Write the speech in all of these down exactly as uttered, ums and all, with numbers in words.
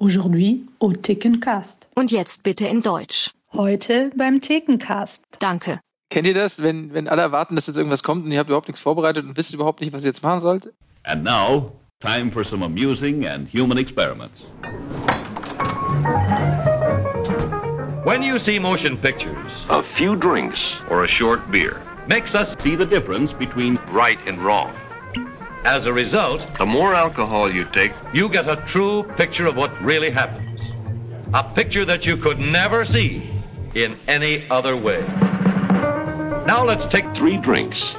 Aujourd'hui au Thekencast. Und jetzt bitte in Deutsch. Heute beim Thekencast. Danke. Kennt ihr das, wenn, wenn alle erwarten, dass jetzt irgendwas kommt und ihr habt überhaupt nichts vorbereitet und wisst überhaupt nicht, was ihr jetzt machen sollt? And now, time for some amusing and human experiments. When you see motion pictures, a few drinks or a short beer Makes us see the difference between right and wrong. as a result, The more alcohol you take, you get a true picture of what really happens. A picture that you could never see in any other way. Now let's take three drinks.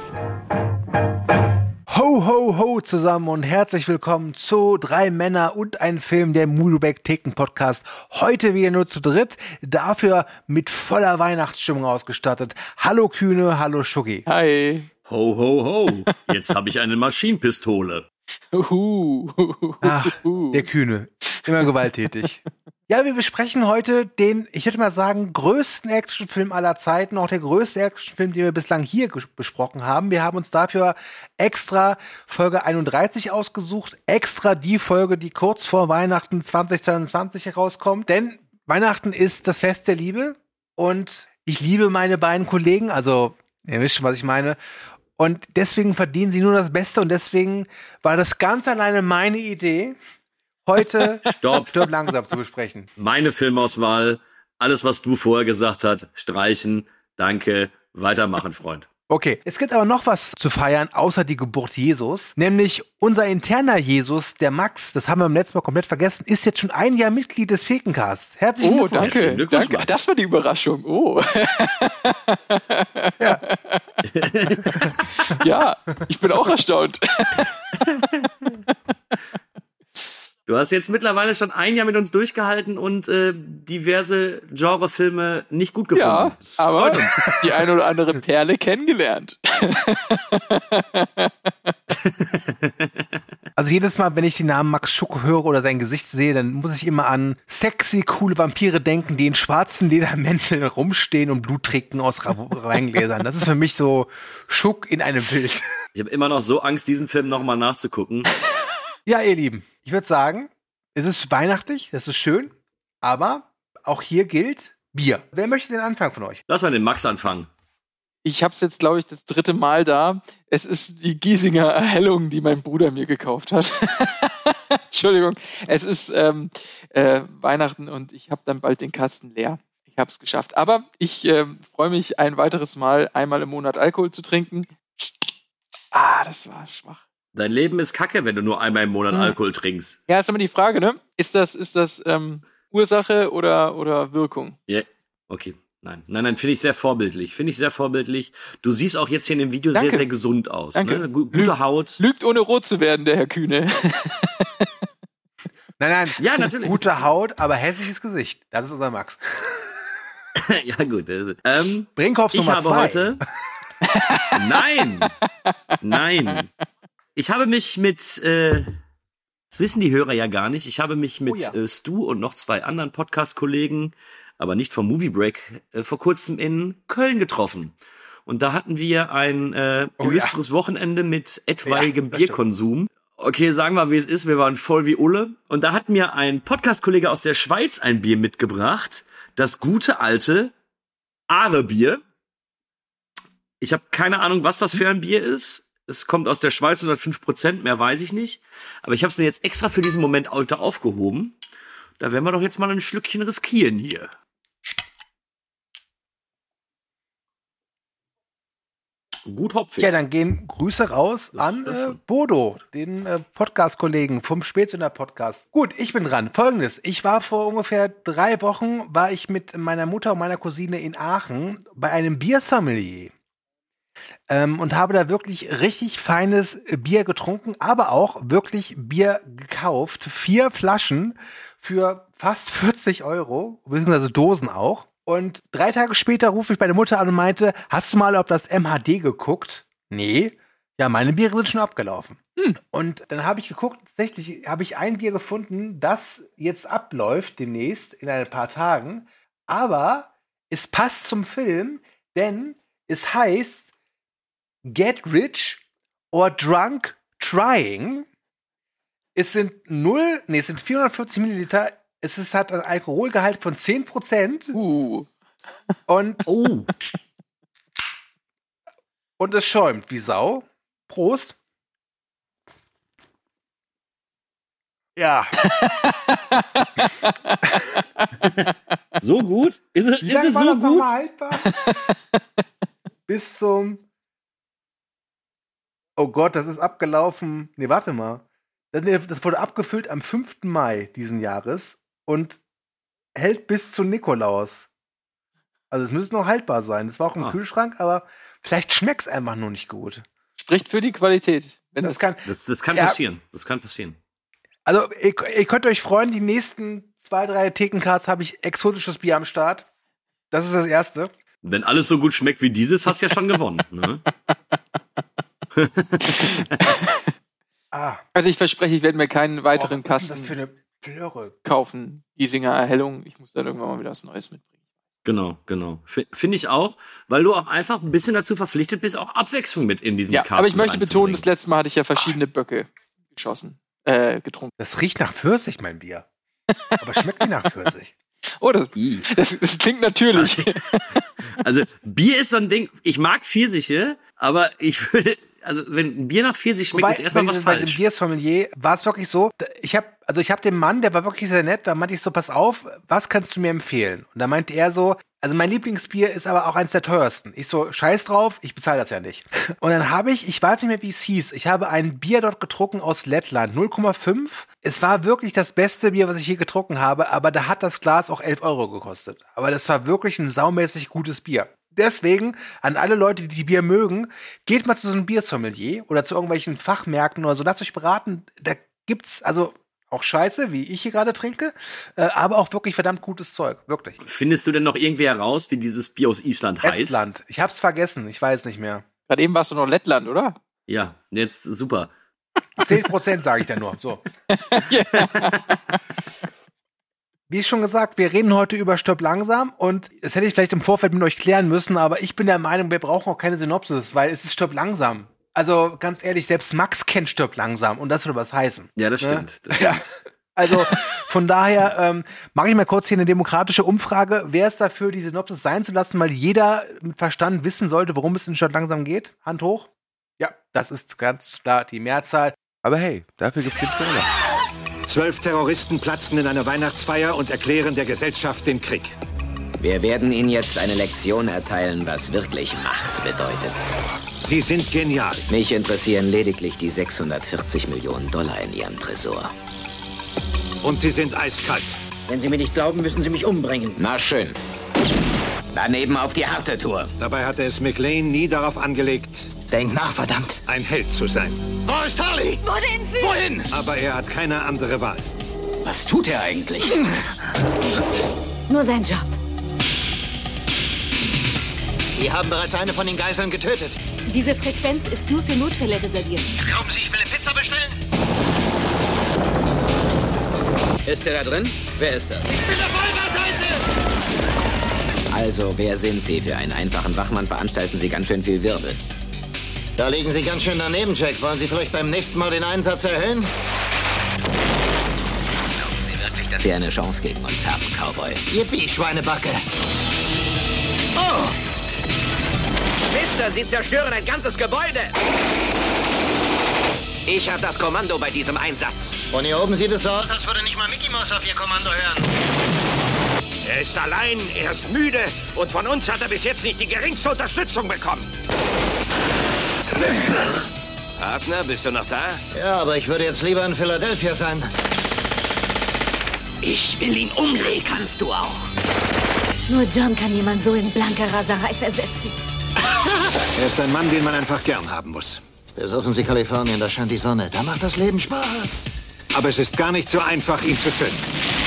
Ho, ho, ho zusammen und herzlich willkommen zu Drei Männer und ein Film, der Movieback Theken Podcast. Heute wieder nur zu dritt, dafür mit voller Weihnachtsstimmung ausgestattet. Hallo Kühne, hallo Schuggi. Hi. Ho, ho, ho. Jetzt habe ich eine Maschinenpistole. Uhu. Ach, der Kühne, immer gewalttätig. Ja, wir besprechen heute den, ich würde mal sagen, größten Actionfilm aller Zeiten, auch der größte Actionfilm, den wir bislang hier ges- besprochen haben. Wir haben uns dafür extra Folge einunddreißig ausgesucht, extra die Folge, die kurz vor Weihnachten zwanzig zweiundzwanzig herauskommt, denn Weihnachten ist das Fest der Liebe und ich liebe meine beiden Kollegen, also ihr wisst schon, was ich meine. Und deswegen verdienen sie nur das Beste und deswegen war das ganz alleine meine Idee, heute Stopp. Stirb langsam zu besprechen. Meine Filmauswahl, alles, was du vorher gesagt hast, streichen, danke, weitermachen, Freund. Okay, es gibt aber noch was zu feiern, außer die Geburt Jesus. Nämlich unser interner Jesus, der Max, das haben wir beim letzten Mal komplett vergessen, ist jetzt schon ein Jahr Mitglied des Thekencasts. Herzlichen Oh, Glückwunsch. danke. Herzlichen Glückwunsch, danke. Max. Das war die Überraschung. Oh. Ja. Ja, ich bin auch erstaunt. Du hast jetzt mittlerweile schon ein Jahr mit uns durchgehalten und äh, diverse Genrefilme nicht gut gefunden. Ja, Das aber freut uns. die eine oder andere Perle kennengelernt. Also jedes Mal, wenn ich den Namen Max Schuck höre oder sein Gesicht sehe, dann muss ich immer an sexy, coole Vampire denken, die in schwarzen Ledermänteln rumstehen und Blut trinken aus Ra- Weingläsern. Das ist für mich so Schuck in einem Bild. Ich habe immer noch so Angst, diesen Film nochmal nachzugucken. Ja, ihr Lieben, ich würde sagen, es ist weihnachtlich, das ist schön, aber auch hier gilt Bier. Wer möchte den Anfang von euch? Lass mal den Max anfangen. Ich habe es jetzt, glaube ich, das dritte Mal da. Es ist die Giesinger Erhellung, die mein Bruder mir gekauft hat. Entschuldigung. Es ist ähm, äh, Weihnachten und ich habe dann bald den Kasten leer. Ich habe es geschafft. Aber ich ähm, freue mich, ein weiteres Mal einmal im Monat Alkohol zu trinken. Ah, das war schwach. Dein Leben ist kacke, wenn du nur einmal im Monat Hm. Alkohol trinkst. Ja, ist immer die Frage, ne? Ist das, ist das ähm, Ursache oder, oder Wirkung? Ja, okay. Nein, nein, nein, finde ich sehr vorbildlich. Finde ich sehr vorbildlich. Du siehst auch jetzt hier in dem Video Danke. sehr, sehr gesund aus. Danke. Ne? Gu- Gute Haut. Lügt ohne rot zu werden, der Herr Kühne. Nein, nein, Ja, natürlich. gute Haut, aber hässliches Gesicht. Das ist unser Max. Ja, gut. Ähm, Brinkhoffs ich Nummer habe zwei. heute. Nein! Nein. Ich habe mich mit, äh, das wissen die Hörer ja gar nicht, ich habe mich mit Oh ja. äh, Stu und noch zwei anderen Podcast-Kollegen, aber nicht vom Movie Break, äh, vor kurzem in Köln getroffen. Und da hatten wir ein äh, Oh ja. illustres Wochenende mit etwaigem Ja, das Bierkonsum. Okay, sagen wir, wie es ist, wir waren voll wie Ulle. Und da hat mir ein Podcast-Kollege aus der Schweiz ein Bier mitgebracht, das gute alte Aare-Bier. Ich habe keine Ahnung, was das für ein Bier ist. Es kommt aus der Schweiz, hundertfünf Prozent, mehr weiß ich nicht. Aber ich habe es mir jetzt extra für diesen Moment heute aufgehoben. Da werden wir doch jetzt mal ein Schlückchen riskieren hier. Gut hopfig. Ja, dann gehen Grüße raus Das- an das äh, schon. Bodo, den äh, Podcast-Kollegen vom Spätsünder Podcast. Gut, ich bin dran. Folgendes, ich war vor ungefähr drei Wochen, war ich mit meiner Mutter und meiner Cousine in Aachen bei einem Biersommelier. Ähm, und habe da wirklich richtig feines Bier getrunken, aber auch wirklich Bier gekauft. Vier Flaschen für fast vierzig Euro, beziehungsweise Dosen auch. Und drei Tage später rufe ich bei der Mutter an und meinte, hast du mal auf das M H D geguckt? Nee. Ja, meine Biere sind schon abgelaufen. Hm. Und dann habe ich geguckt, tatsächlich habe ich ein Bier gefunden, das jetzt abläuft demnächst in ein paar Tagen. Aber es passt zum Film, denn es heißt Get Rich or Drunk Trying. Es sind null, nee, es sind vierhundertvierzig Milliliter Es ist, hat ein Alkoholgehalt von zehn Prozent. Uh. Und, Oh. und es schäumt wie Sau. Prost. Ja. So gut? Ist es, Wie ist lange es war so das gut? nochmal haltbar? Bis zum. Oh Gott, das ist abgelaufen. Nee, warte mal. Das, das wurde abgefüllt am fünften Mai diesen Jahres und hält bis zu Nikolaus. Also es müsste noch haltbar sein. Es war auch im Ah. Kühlschrank, aber vielleicht schmeckt es einfach nur nicht gut. Spricht für die Qualität. Wenn Das das kann, Das, das kann Ja. passieren. Das kann passieren. also ihr, ihr könnt euch freuen, die nächsten zwei, drei Thekencasts habe ich exotisches Bier am Start. Das ist das Erste. Wenn alles so gut schmeckt wie dieses, hast du ja schon gewonnen. Ne? Ah, Also ich verspreche, ich werde mir keinen weiteren boah, was ist denn Kasten das für eine Plörre? kaufen. Giesinger Erhellung. Ich muss dann irgendwann mal wieder was Neues mitbringen. Genau, genau. F- Finde ich auch, weil du auch einfach ein bisschen dazu verpflichtet bist, auch Abwechslung mit in diesen Ja, Cast aber ich mit möchte betonen, das reinzubringen. letzte Mal hatte ich ja verschiedene Böcke geschossen, äh, getrunken. Das riecht nach Pfirsich, mein Bier. Aber schmeckt nicht nach Pfirsich. Oh, das, I. das, das klingt natürlich. Also Bier ist so ein Ding, ich mag Pfirsiche, aber ich würde, also wenn ein Bier nach Pfirsich schmeckt, ist erstmal bei was diesem- bei dem falsch. Biersommelier war es wirklich so, da- ich habe also ich habe den Mann, der war wirklich sehr nett, da meinte ich so, pass auf, was kannst du mir empfehlen? Und da meinte er so, also mein Lieblingsbier ist aber auch eins der teuersten. Ich so, scheiß drauf, ich bezahle das ja nicht. Und dann habe ich, ich weiß nicht mehr, wie es hieß, ich habe ein Bier dort getrunken aus Lettland, null Komma fünf. Es war wirklich das beste Bier, was ich je getrunken habe, aber da hat das Glas auch elf Euro gekostet. Aber das war wirklich ein saumäßig gutes Bier. Deswegen, an alle Leute, die Bier mögen, geht mal zu so einem Biersommelier oder zu irgendwelchen Fachmärkten oder so, lasst euch beraten. Da gibt's also auch Scheiße, wie ich hier gerade trinke, äh, aber auch wirklich verdammt gutes Zeug, wirklich. Findest du denn noch irgendwie heraus, wie dieses Bier aus Island heißt? Estland, ich hab's vergessen, ich weiß nicht mehr. Gerade eben warst du noch Lettland, oder? Ja, jetzt super. zehn Prozent sage ich da nur, so. Wie schon gesagt, wir reden heute über Stirb langsam und das hätte ich vielleicht im Vorfeld mit euch klären müssen, aber ich bin der Meinung, wir brauchen auch keine Synopsis, weil es ist Stirb langsam. Also ganz ehrlich, selbst Max kennt Stirb langsam und das würde was heißen. Ja, das Ne? stimmt. Das Ja. stimmt. Also von daher ähm, mache ich mal kurz hier eine demokratische Umfrage. Wer ist dafür, die Synopsis sein zu lassen, weil jeder mit Verstand wissen sollte, worum es in Stirb langsam geht? Hand hoch. Ja, das ist ganz klar die Mehrzahl. Aber hey, dafür gibt es den Trailer. Zwölf Terroristen platzten in einer Weihnachtsfeier und erklären der Gesellschaft den Krieg. Wir werden Ihnen jetzt eine Lektion erteilen, was wirklich Macht bedeutet. Sie sind genial. Mich interessieren lediglich die sechshundertvierzig Millionen Dollar in Ihrem Tresor. Und sie sind eiskalt. Wenn Sie mir nicht glauben, müssen Sie mich umbringen. Na schön. Daneben auf die harte Tour. Dabei hatte es McLean nie darauf angelegt, Denk nach, verdammt. ein Held zu sein. Wo ist Harley? Wo denn Sie? Wohin? Aber er hat keine andere Wahl. Was tut er eigentlich? Nur sein Job. Wir haben bereits eine von den Geiseln getötet. Diese Frequenz ist nur für Notfälle reserviert. Glauben Sie, ich will eine Pizza bestellen? Ist er da drin? Wer ist das? Ich bin auf eurer Seite! Also, wer sind Sie? Für einen einfachen Wachmann veranstalten Sie ganz schön viel Wirbel. Da liegen Sie ganz schön daneben, Jack. Wollen Sie vielleicht beim nächsten Mal den Einsatz erhöhen? Glauben Sie wirklich, dass Sie eine Chance gegen uns haben, Cowboy? Yippie, Schweinebacke! Oh! Mister, Sie zerstören ein ganzes Gebäude! Ich habe das Kommando bei diesem Einsatz. Von hier oben sieht es so aus, als würde nicht mal Mickey Mouse auf Ihr Kommando hören. Er ist allein, er ist müde und von uns hat er bis jetzt nicht die geringste Unterstützung bekommen. Partner, bist du noch da? Ja, aber ich würde jetzt lieber in Philadelphia sein. Ich will ihn umlegen. Kannst du auch. Nur John kann jemand so in blanke Raserei versetzen. Er ist ein Mann, den man einfach gern haben muss. Besuchen Sie Kalifornien, da scheint die Sonne. Da macht das Leben Spaß. Aber es ist gar nicht so einfach, ihn zu töten.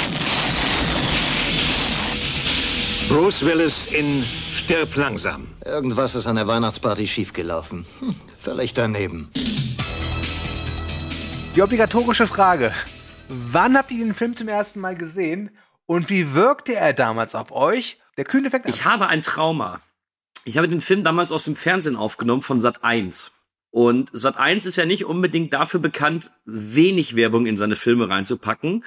Bruce Willis in Stirb langsam. Irgendwas ist an der Weihnachtsparty schiefgelaufen. Hm, völlig daneben. Die obligatorische Frage. Wann habt ihr den Film zum ersten Mal gesehen und wie wirkte er damals auf euch? Der Kühne fängt an. Ich habe ein Trauma. Ich habe den Film damals aus dem Fernsehen aufgenommen von Sat eins. Und Sat eins ist ja nicht unbedingt dafür bekannt, wenig Werbung in seine Filme reinzupacken,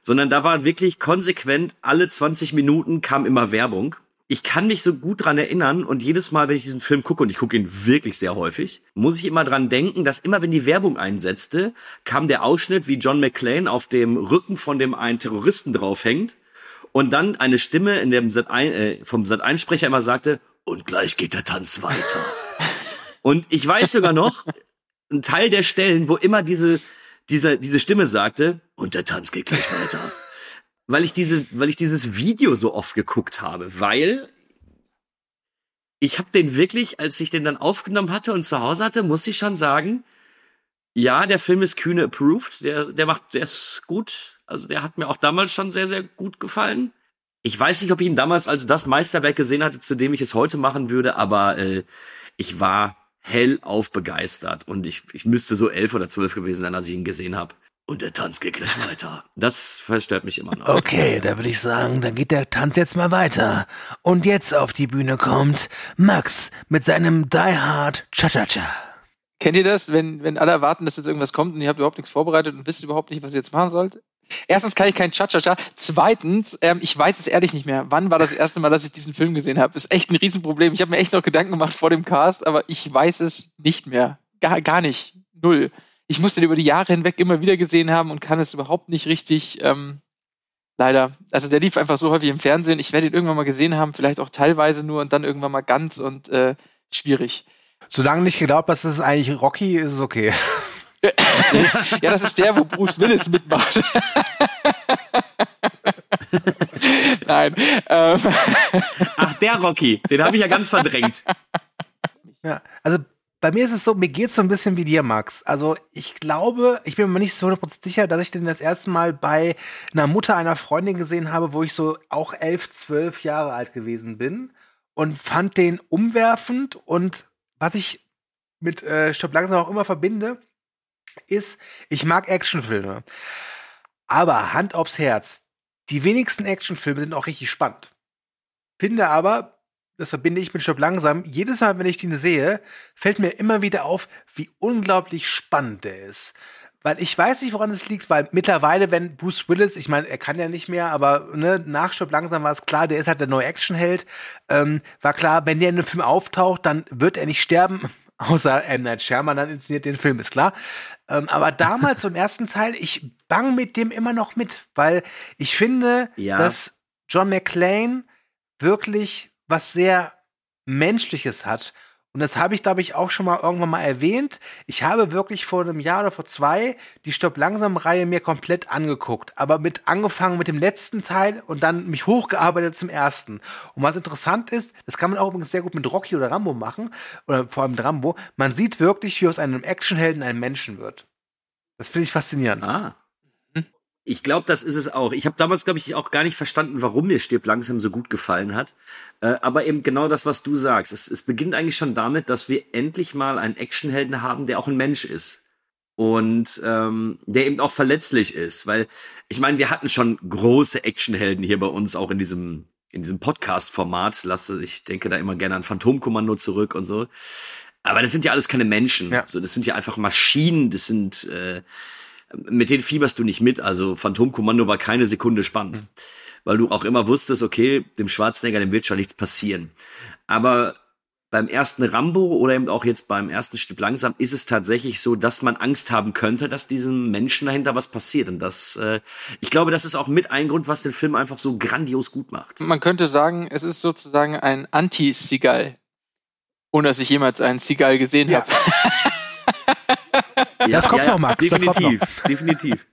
sondern da war wirklich konsequent, alle zwanzig Minuten kam immer Werbung. Ich kann mich so gut dran erinnern und jedes Mal, wenn ich diesen Film gucke, und ich gucke ihn wirklich sehr häufig, muss ich immer dran denken, dass immer, wenn die Werbung einsetzte, kam der Ausschnitt, wie John McClane auf dem Rücken von dem einen Terroristen draufhängt und dann eine Stimme in dem Sat eins, äh, vom Sat eins Sprecher immer sagte, und gleich geht der Tanz weiter. Und ich weiß sogar noch, ein Teil der Stellen, wo immer diese, diese, diese Stimme sagte, und der Tanz geht gleich weiter. Weil ich diese, weil ich dieses Video so oft geguckt habe, weil ich habe den wirklich, als ich den dann aufgenommen hatte und zu Hause hatte, muss ich schon sagen, ja, der Film ist Kühne approved, der, der macht, der ist gut, also der hat mir auch damals schon sehr, sehr gut gefallen. Ich weiß nicht, ob ich ihn damals als das Meisterwerk gesehen hatte, zu dem ich es heute machen würde, aber äh, ich war hellauf begeistert und ich, ich müsste so elf oder zwölf gewesen sein, als ich ihn gesehen habe. Und der Tanz geht gleich weiter. Das verstört mich immer noch. Okay, da würde ich sagen, dann geht der Tanz jetzt mal weiter. Und jetzt auf die Bühne kommt Max mit seinem Die Hard Cha-Cha-Cha. Kennt ihr das, wenn, wenn alle erwarten, dass jetzt irgendwas kommt und ihr habt überhaupt nichts vorbereitet und wisst überhaupt nicht, was ihr jetzt machen sollt? Erstens kann ich kein Cha-Cha-Cha. Zweitens, ähm, ich weiß es ehrlich nicht mehr. Wann war das erste Mal, dass ich diesen Film gesehen habe? Ist echt ein Riesenproblem. Ich habe mir echt noch Gedanken gemacht vor dem Cast, aber ich weiß es nicht mehr. Gar, gar nicht. Null. Ich muss den über die Jahre hinweg immer wieder gesehen haben und kann es überhaupt nicht richtig, ähm, leider. Also der lief einfach so häufig im Fernsehen. Ich werde ihn irgendwann mal gesehen haben, vielleicht auch teilweise nur und dann irgendwann mal ganz und äh, schwierig. Solange nicht geglaubt, dass es eigentlich Rocky ist, ist okay. Ja, das ist der, wo Bruce Willis mitmacht. Nein. Ähm. Ach, der Rocky, den habe ich ja ganz verdrängt. Ja, also bei mir ist es so, mir geht's so ein bisschen wie dir, Max. Also ich glaube, ich bin mir nicht so hundert Prozent sicher, dass ich den das erste Mal bei einer Mutter einer Freundin gesehen habe, wo ich so auch elf, zwölf Jahre alt gewesen bin und fand den umwerfend. Und was ich mit äh, Stopp langsam auch immer verbinde, ist, ich mag Actionfilme. Aber Hand aufs Herz, die wenigsten Actionfilme sind auch richtig spannend. Finde aber, das verbinde ich mit Stopp langsam, jedes Mal, wenn ich den sehe, fällt mir immer wieder auf, wie unglaublich spannend der ist. Weil ich weiß nicht, woran es liegt, weil mittlerweile, wenn Bruce Willis, ich meine, er kann ja nicht mehr, aber ne, nach Stopp langsam war es klar, der ist halt der neue Actionheld. Ähm, war klar, wenn der in einem Film auftaucht, dann wird er nicht sterben. Außer M. Night Shyamalan dann inszeniert den Film, ist klar. Ähm, aber damals zum ersten Teil, ich bang mit dem immer noch mit, weil ich finde, ja. dass John McClane wirklich was sehr Menschliches hat. Und das habe ich, glaube ich, auch schon mal irgendwann mal erwähnt. Ich habe wirklich vor einem Jahr oder vor zwei die Stopp-Langsam-Reihe mir komplett angeguckt. Aber mit angefangen mit dem letzten Teil und dann mich hochgearbeitet zum ersten. Und was interessant ist, das kann man auch übrigens sehr gut mit Rocky oder Rambo machen, oder vor allem mit Rambo, man sieht wirklich, wie aus einem Actionhelden ein Menschen wird. Das finde ich faszinierend. Ah. Ich glaube, das ist es auch. Ich habe damals, glaube ich, auch gar nicht verstanden, warum mir Stirb langsam so gut gefallen hat. Äh, aber eben genau das, was du sagst. Es, es beginnt eigentlich schon damit, dass wir endlich mal einen Actionhelden haben, der auch ein Mensch ist. Und ähm, der eben auch verletzlich ist. Weil, ich meine, wir hatten schon große Actionhelden hier bei uns, auch in diesem in diesem Podcast-Format. Lasse, ich denke da immer gerne an Phantomkommando zurück und so. Aber das sind ja alles keine Menschen. Ja. So, das sind ja einfach Maschinen. Das sind äh, mit denen fieberst du nicht mit. Also Phantomkommando war keine Sekunde spannend. Mhm. Weil du auch immer wusstest, okay, dem Schwarzenegger, dem wird schon nichts passieren. Aber beim ersten Rambo oder eben auch jetzt beim ersten Stück langsam ist es tatsächlich so, dass man Angst haben könnte, dass diesem Menschen dahinter was passiert. Und das, äh, ich glaube, das ist auch mit ein Grund, was den Film einfach so grandios gut macht. Man könnte sagen, es ist sozusagen ein Anti-Seagal. Ohne dass ich jemals einen Seagal gesehen Ja. habe. Das Ja, kommt ja, noch, Max. Das kommt Definitiv, definitiv.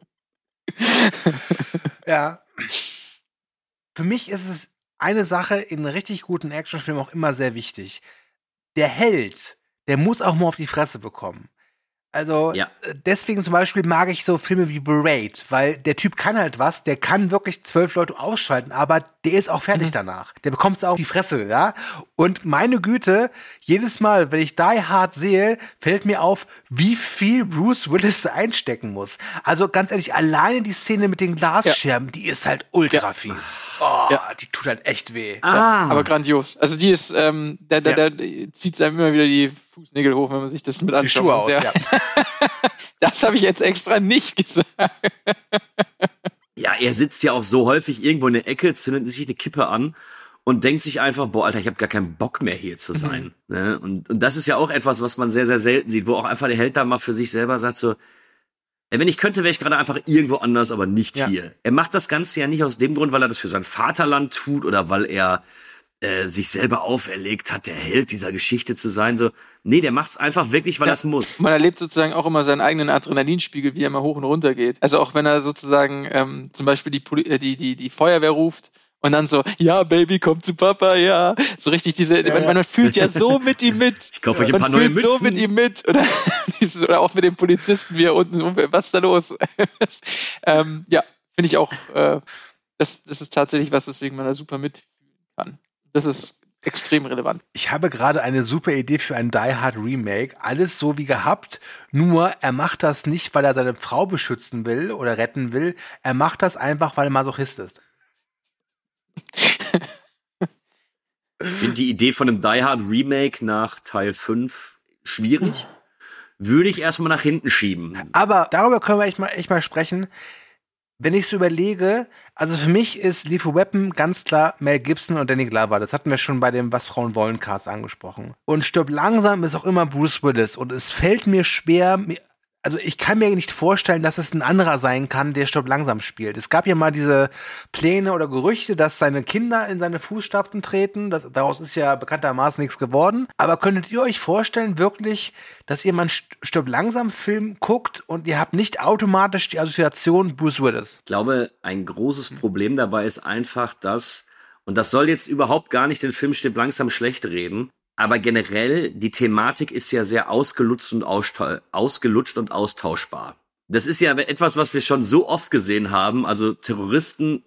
Ja. Für mich ist es eine Sache in richtig guten Actionfilmen auch immer sehr wichtig. Der Held, der muss auch mal auf die Fresse bekommen. Also Ja. äh, deswegen zum Beispiel mag ich so Filme wie Berate, weil der Typ kann halt was, der kann wirklich zwölf Leute ausschalten, aber der ist auch fertig danach. Der bekommt auch die Fresse, ja. Und meine Güte, jedes Mal, wenn ich Die Hard sehe, fällt mir auf, wie viel Bruce Willis da einstecken muss. Also ganz ehrlich, alleine die Szene mit den Glasscherben, die ist halt ultra Ja. fies. Oh, Ja. die tut halt echt weh. Ah, Aber grandios. Also die ist, ähm, der, der, Ja. der zieht einem immer wieder die Fußnägel hoch, wenn man sich das mit Die anschaut. Schuhe aus, ja. ja. Das habe ich jetzt extra nicht gesagt. Ja, er sitzt ja auch so häufig irgendwo in der Ecke, zündet sich eine Kippe an und denkt sich einfach, boah, Alter, ich habe gar keinen Bock mehr hier zu sein. Mhm. Ne? Und, und das ist ja auch etwas, was man sehr, sehr selten sieht, wo auch einfach der Held da mal für sich selber sagt so, ey, wenn ich könnte, wäre ich gerade einfach irgendwo anders, aber nicht ja. hier. Er macht das Ganze ja nicht aus dem Grund, weil er das für sein Vaterland tut oder weil er äh, sich selber auferlegt hat, der Held dieser Geschichte zu sein. So, nee, der macht's einfach wirklich, weil ja, er es muss. Man erlebt sozusagen auch immer seinen eigenen Adrenalinspiegel, wie er immer hoch und runter geht. Also auch wenn er sozusagen ähm, zum Beispiel die, Poli- die, die, die Feuerwehr ruft und dann so, ja, Baby, komm zu Papa, ja. So richtig diese, ja, man, man fühlt ja so mit ihm mit. Ich kaufe euch ein paar neue Mützen. Man fühlt so mit ihm mit. Oder, oder auch mit dem Polizisten, wie er unten, was ist da los? ähm, ja, finde ich auch, äh, das, das ist tatsächlich was, weswegen man da super mitfühlen kann. Das ist extrem relevant. Ich habe gerade eine super Idee für ein Die Hard Remake. Alles so wie gehabt, nur er macht das nicht, weil er seine Frau beschützen will oder retten will. Er macht das einfach, weil er Masochist ist. Ich finde die Idee von einem Die Hard Remake nach Teil fünf schwierig. Würde ich erstmal nach hinten schieben. Aber darüber können wir echt mal, echt mal sprechen. Wenn ich so überlege, also für mich ist Lethal Weapon ganz klar Mel Gibson und Danny Glover. Das hatten wir schon bei dem Was Frauen wollen Cast angesprochen. Und Stirb langsam ist auch immer Bruce Willis. Und es fällt mir schwer, mir also ich kann mir nicht vorstellen, dass es ein anderer sein kann, der Stirb langsam spielt. Es gab ja mal diese Pläne oder Gerüchte, dass seine Kinder in seine Fußstapfen treten. Das, daraus ist ja bekanntermaßen nichts geworden. Aber könntet ihr euch vorstellen, wirklich, dass ihr mal einen Stirb langsam Film guckt und ihr habt nicht automatisch die Assoziation Bruce Willis? Ich glaube, ein großes Problem dabei ist einfach, dass, und das soll jetzt überhaupt gar nicht den Film Stirb langsam schlecht reden, aber generell, die Thematik ist ja sehr ausgelutscht und, austau- ausgelutscht und austauschbar. Das ist ja etwas, was wir schon so oft gesehen haben. Also Terroristen,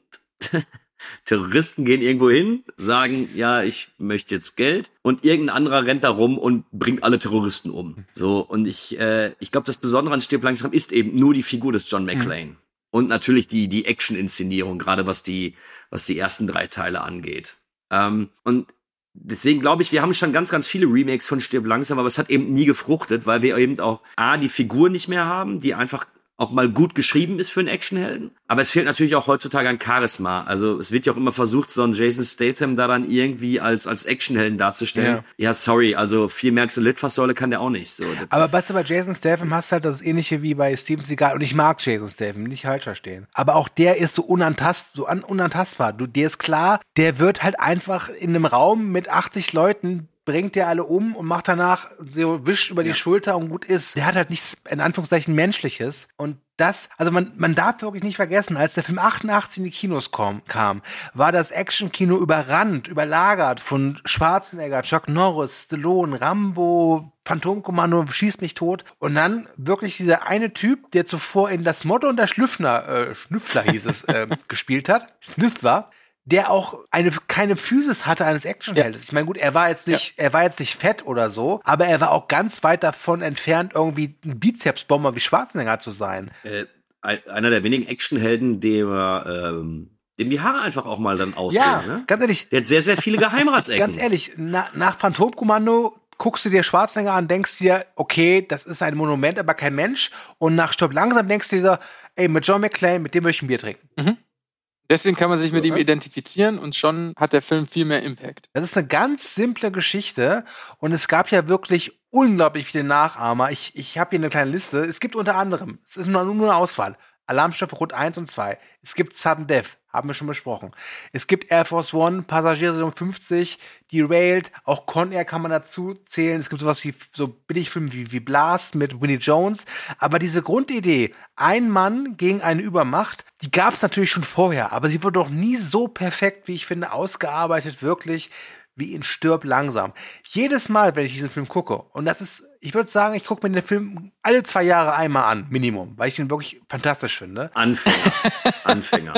Terroristen gehen irgendwo hin, sagen, ja, ich möchte jetzt Geld. Und irgendein anderer rennt da rum und bringt alle Terroristen um. So, und ich, äh, ich glaube, das Besondere an Stirb langsam ist eben nur die Figur des John McClane. Mhm. Und natürlich die, die Action-Inszenierung, gerade was die, was die ersten drei Teile angeht. Ähm, und deswegen glaube ich, wir haben schon ganz, ganz viele Remakes von Stirb langsam, aber es hat eben nie gefruchtet, weil wir eben auch A, die Figur nicht mehr haben, die einfach auch mal gut geschrieben ist für einen Actionhelden. Aber es fehlt natürlich auch heutzutage an Charisma. Also es wird ja auch immer versucht, so einen Jason Statham da dann irgendwie als als Actionhelden darzustellen. Ja, ja sorry, also viel mehr als eine Litfaßsäule kann der auch nicht. So, aber weißt du, bei Jason Statham hast du halt das Ähnliche wie bei Steven Seagal. Und ich mag Jason Statham, nicht falsch verstehen. Aber auch der ist so, unantast, so un- unantastbar. Du, dir ist klar, der wird halt einfach in einem Raum mit achtzig Leuten, bringt der alle um und macht danach so, wischt über die ja. Schulter und gut ist. Der hat halt nichts, in Anführungszeichen, Menschliches. Und das, also man, man darf wirklich nicht vergessen, als der Film achtundachtzig in die Kinos kom, kam, war das Actionkino überrannt, überlagert von Schwarzenegger, Chuck Norris, Stallone, Rambo, Phantomkommando, Schieß mich tot. Und dann wirklich dieser eine Typ, der zuvor in Das Motto und der Schlüffner, äh, Schnüffler hieß es, äh, gespielt hat, Schnüffler, der auch eine keine Physis hatte eines Actionheldes. Ja. Ich meine, gut, er war jetzt nicht, ja. er war jetzt nicht fett oder so, aber er war auch ganz weit davon entfernt, irgendwie ein Bizepsbomber wie Schwarzenegger zu sein. Äh, einer der wenigen Actionhelden, dem ähm, dem die Haare einfach auch mal dann ausgehen. Ja, ne? Ganz ehrlich. Der hat sehr, sehr viele Geheimratsecken. Ganz ehrlich, na, nach Phantomkommando guckst du dir Schwarzenegger an, denkst dir, okay, das ist ein Monument, aber kein Mensch. Und nach Stirb langsam denkst du dir, ey, mit John McClane, mit dem möchte ich ein Bier trinken. Mhm. Deswegen kann man sich mit ihm identifizieren und schon hat der Film viel mehr Impact. Das ist eine ganz simple Geschichte und es gab ja wirklich unglaublich viele Nachahmer. Ich, ich habe hier eine kleine Liste. Es gibt unter anderem, es ist nur, nur eine Auswahl, Alarmstufe Rot eins und zwei. Es gibt Sudden Death, haben wir schon besprochen. Es gibt Air Force One, Passagier fünfzig, Derailed, auch Con Air kann man dazu zählen. Es gibt sowas wie so Billigfilme wie, wie Blast mit Winnie Jones. Aber diese Grundidee, ein Mann gegen eine Übermacht, die gab es natürlich schon vorher. Aber sie wurde doch nie so perfekt, wie ich finde, ausgearbeitet, wirklich, wie in Stirb langsam. Jedes Mal, wenn ich diesen Film gucke, und das ist, ich würde sagen, ich gucke mir den Film alle zwei Jahre einmal an, Minimum, weil ich ihn wirklich fantastisch finde. Anfänger. Anfänger.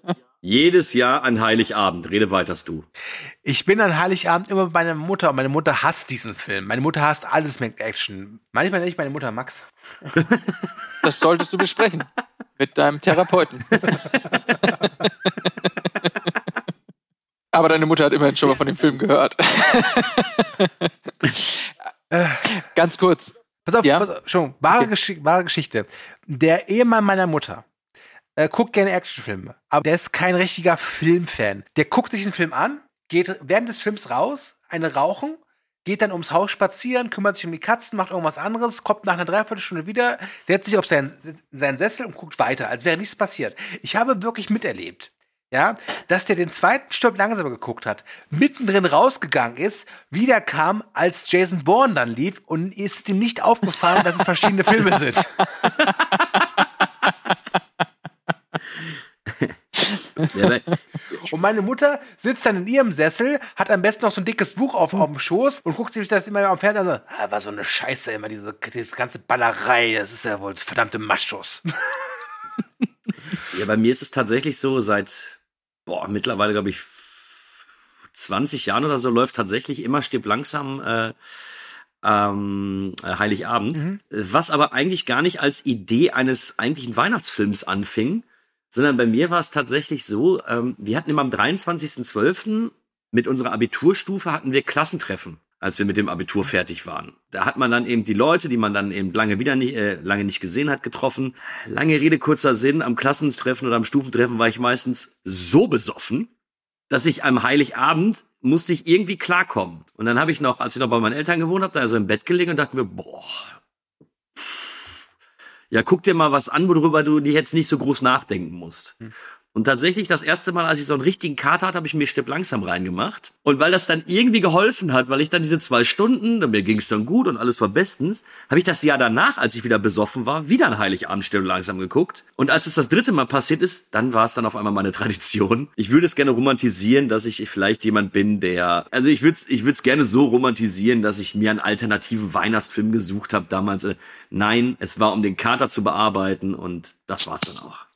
Jedes Jahr an Heiligabend. Rede weiterst du. Ich bin an Heiligabend immer bei meiner Mutter und meine Mutter hasst diesen Film. Meine Mutter hasst alles mit Action. Manchmal nicht meine Mutter Max. Das solltest du besprechen. Mit deinem Therapeuten. Aber deine Mutter hat immerhin schon mal von dem Film gehört. Ganz kurz. Pass auf, ja? pass auf schon, wahre, okay. Gesch- wahre Geschichte. Der Ehemann meiner Mutter äh, guckt gerne Actionfilme. Aber der ist kein richtiger Filmfan. Der guckt sich einen Film an, geht während des Films raus, eine rauchen, geht dann ums Haus spazieren, kümmert sich um die Katzen, macht irgendwas anderes, kommt nach einer Dreiviertelstunde wieder, setzt sich auf seinen, seinen Sessel und guckt weiter, als wäre nichts passiert. Ich habe wirklich miterlebt, ja, dass der den zweiten Stirb langsamer geguckt hat, mittendrin rausgegangen ist, wieder kam, als Jason Bourne dann lief und ist ihm nicht aufgefallen, dass es verschiedene Filme sind. Und meine Mutter sitzt dann in ihrem Sessel, hat am besten noch so ein dickes Buch auf, auf dem Schoß und guckt sich das immer am Fernseher an, so, ah, war so eine Scheiße, immer diese, diese ganze Ballerei, das ist ja wohl verdammte Maschos. Ja, bei mir ist es tatsächlich so, seit, boah, mittlerweile, glaube ich, zwanzig Jahren oder so läuft tatsächlich immer Stirb langsam äh, ähm, Heiligabend. Mhm. Was aber eigentlich gar nicht als Idee eines eigentlichen Weihnachtsfilms anfing, sondern bei mir war es tatsächlich so, ähm, wir hatten immer am dreiundzwanzigsten zwölften mit unserer Abiturstufe hatten wir Klassentreffen, als wir mit dem Abitur fertig waren. Da hat man dann eben die Leute, die man dann eben lange wieder nicht, äh, lange nicht gesehen hat, getroffen. Lange Rede, kurzer Sinn, am Klassentreffen oder am Stufentreffen war ich meistens so besoffen, dass ich am Heiligabend musste ich irgendwie klarkommen. Und dann habe ich noch, als ich noch bei meinen Eltern gewohnt habe, da also im Bett gelegen und dachte mir, boah, ja, guck dir mal was an, worüber du jetzt nicht so groß nachdenken musst. Hm. Und tatsächlich, das erste Mal, als ich so einen richtigen Kater hatte, habe ich mir Stirb langsam reingemacht. Und weil das dann irgendwie geholfen hat, weil ich dann diese zwei Stunden, mir ging es dann gut und alles war bestens, habe ich das Jahr danach, als ich wieder besoffen war, wieder ein Heiligabend Stirb langsam geguckt. Und als es das dritte Mal passiert ist, dann war es dann auf einmal meine Tradition. Ich würde es gerne romantisieren, dass ich vielleicht jemand bin, der, also ich würde es ich würde es gerne so romantisieren, dass ich mir einen alternativen Weihnachtsfilm gesucht habe damals. Nein, es war, um den Kater zu bearbeiten und das war's dann auch.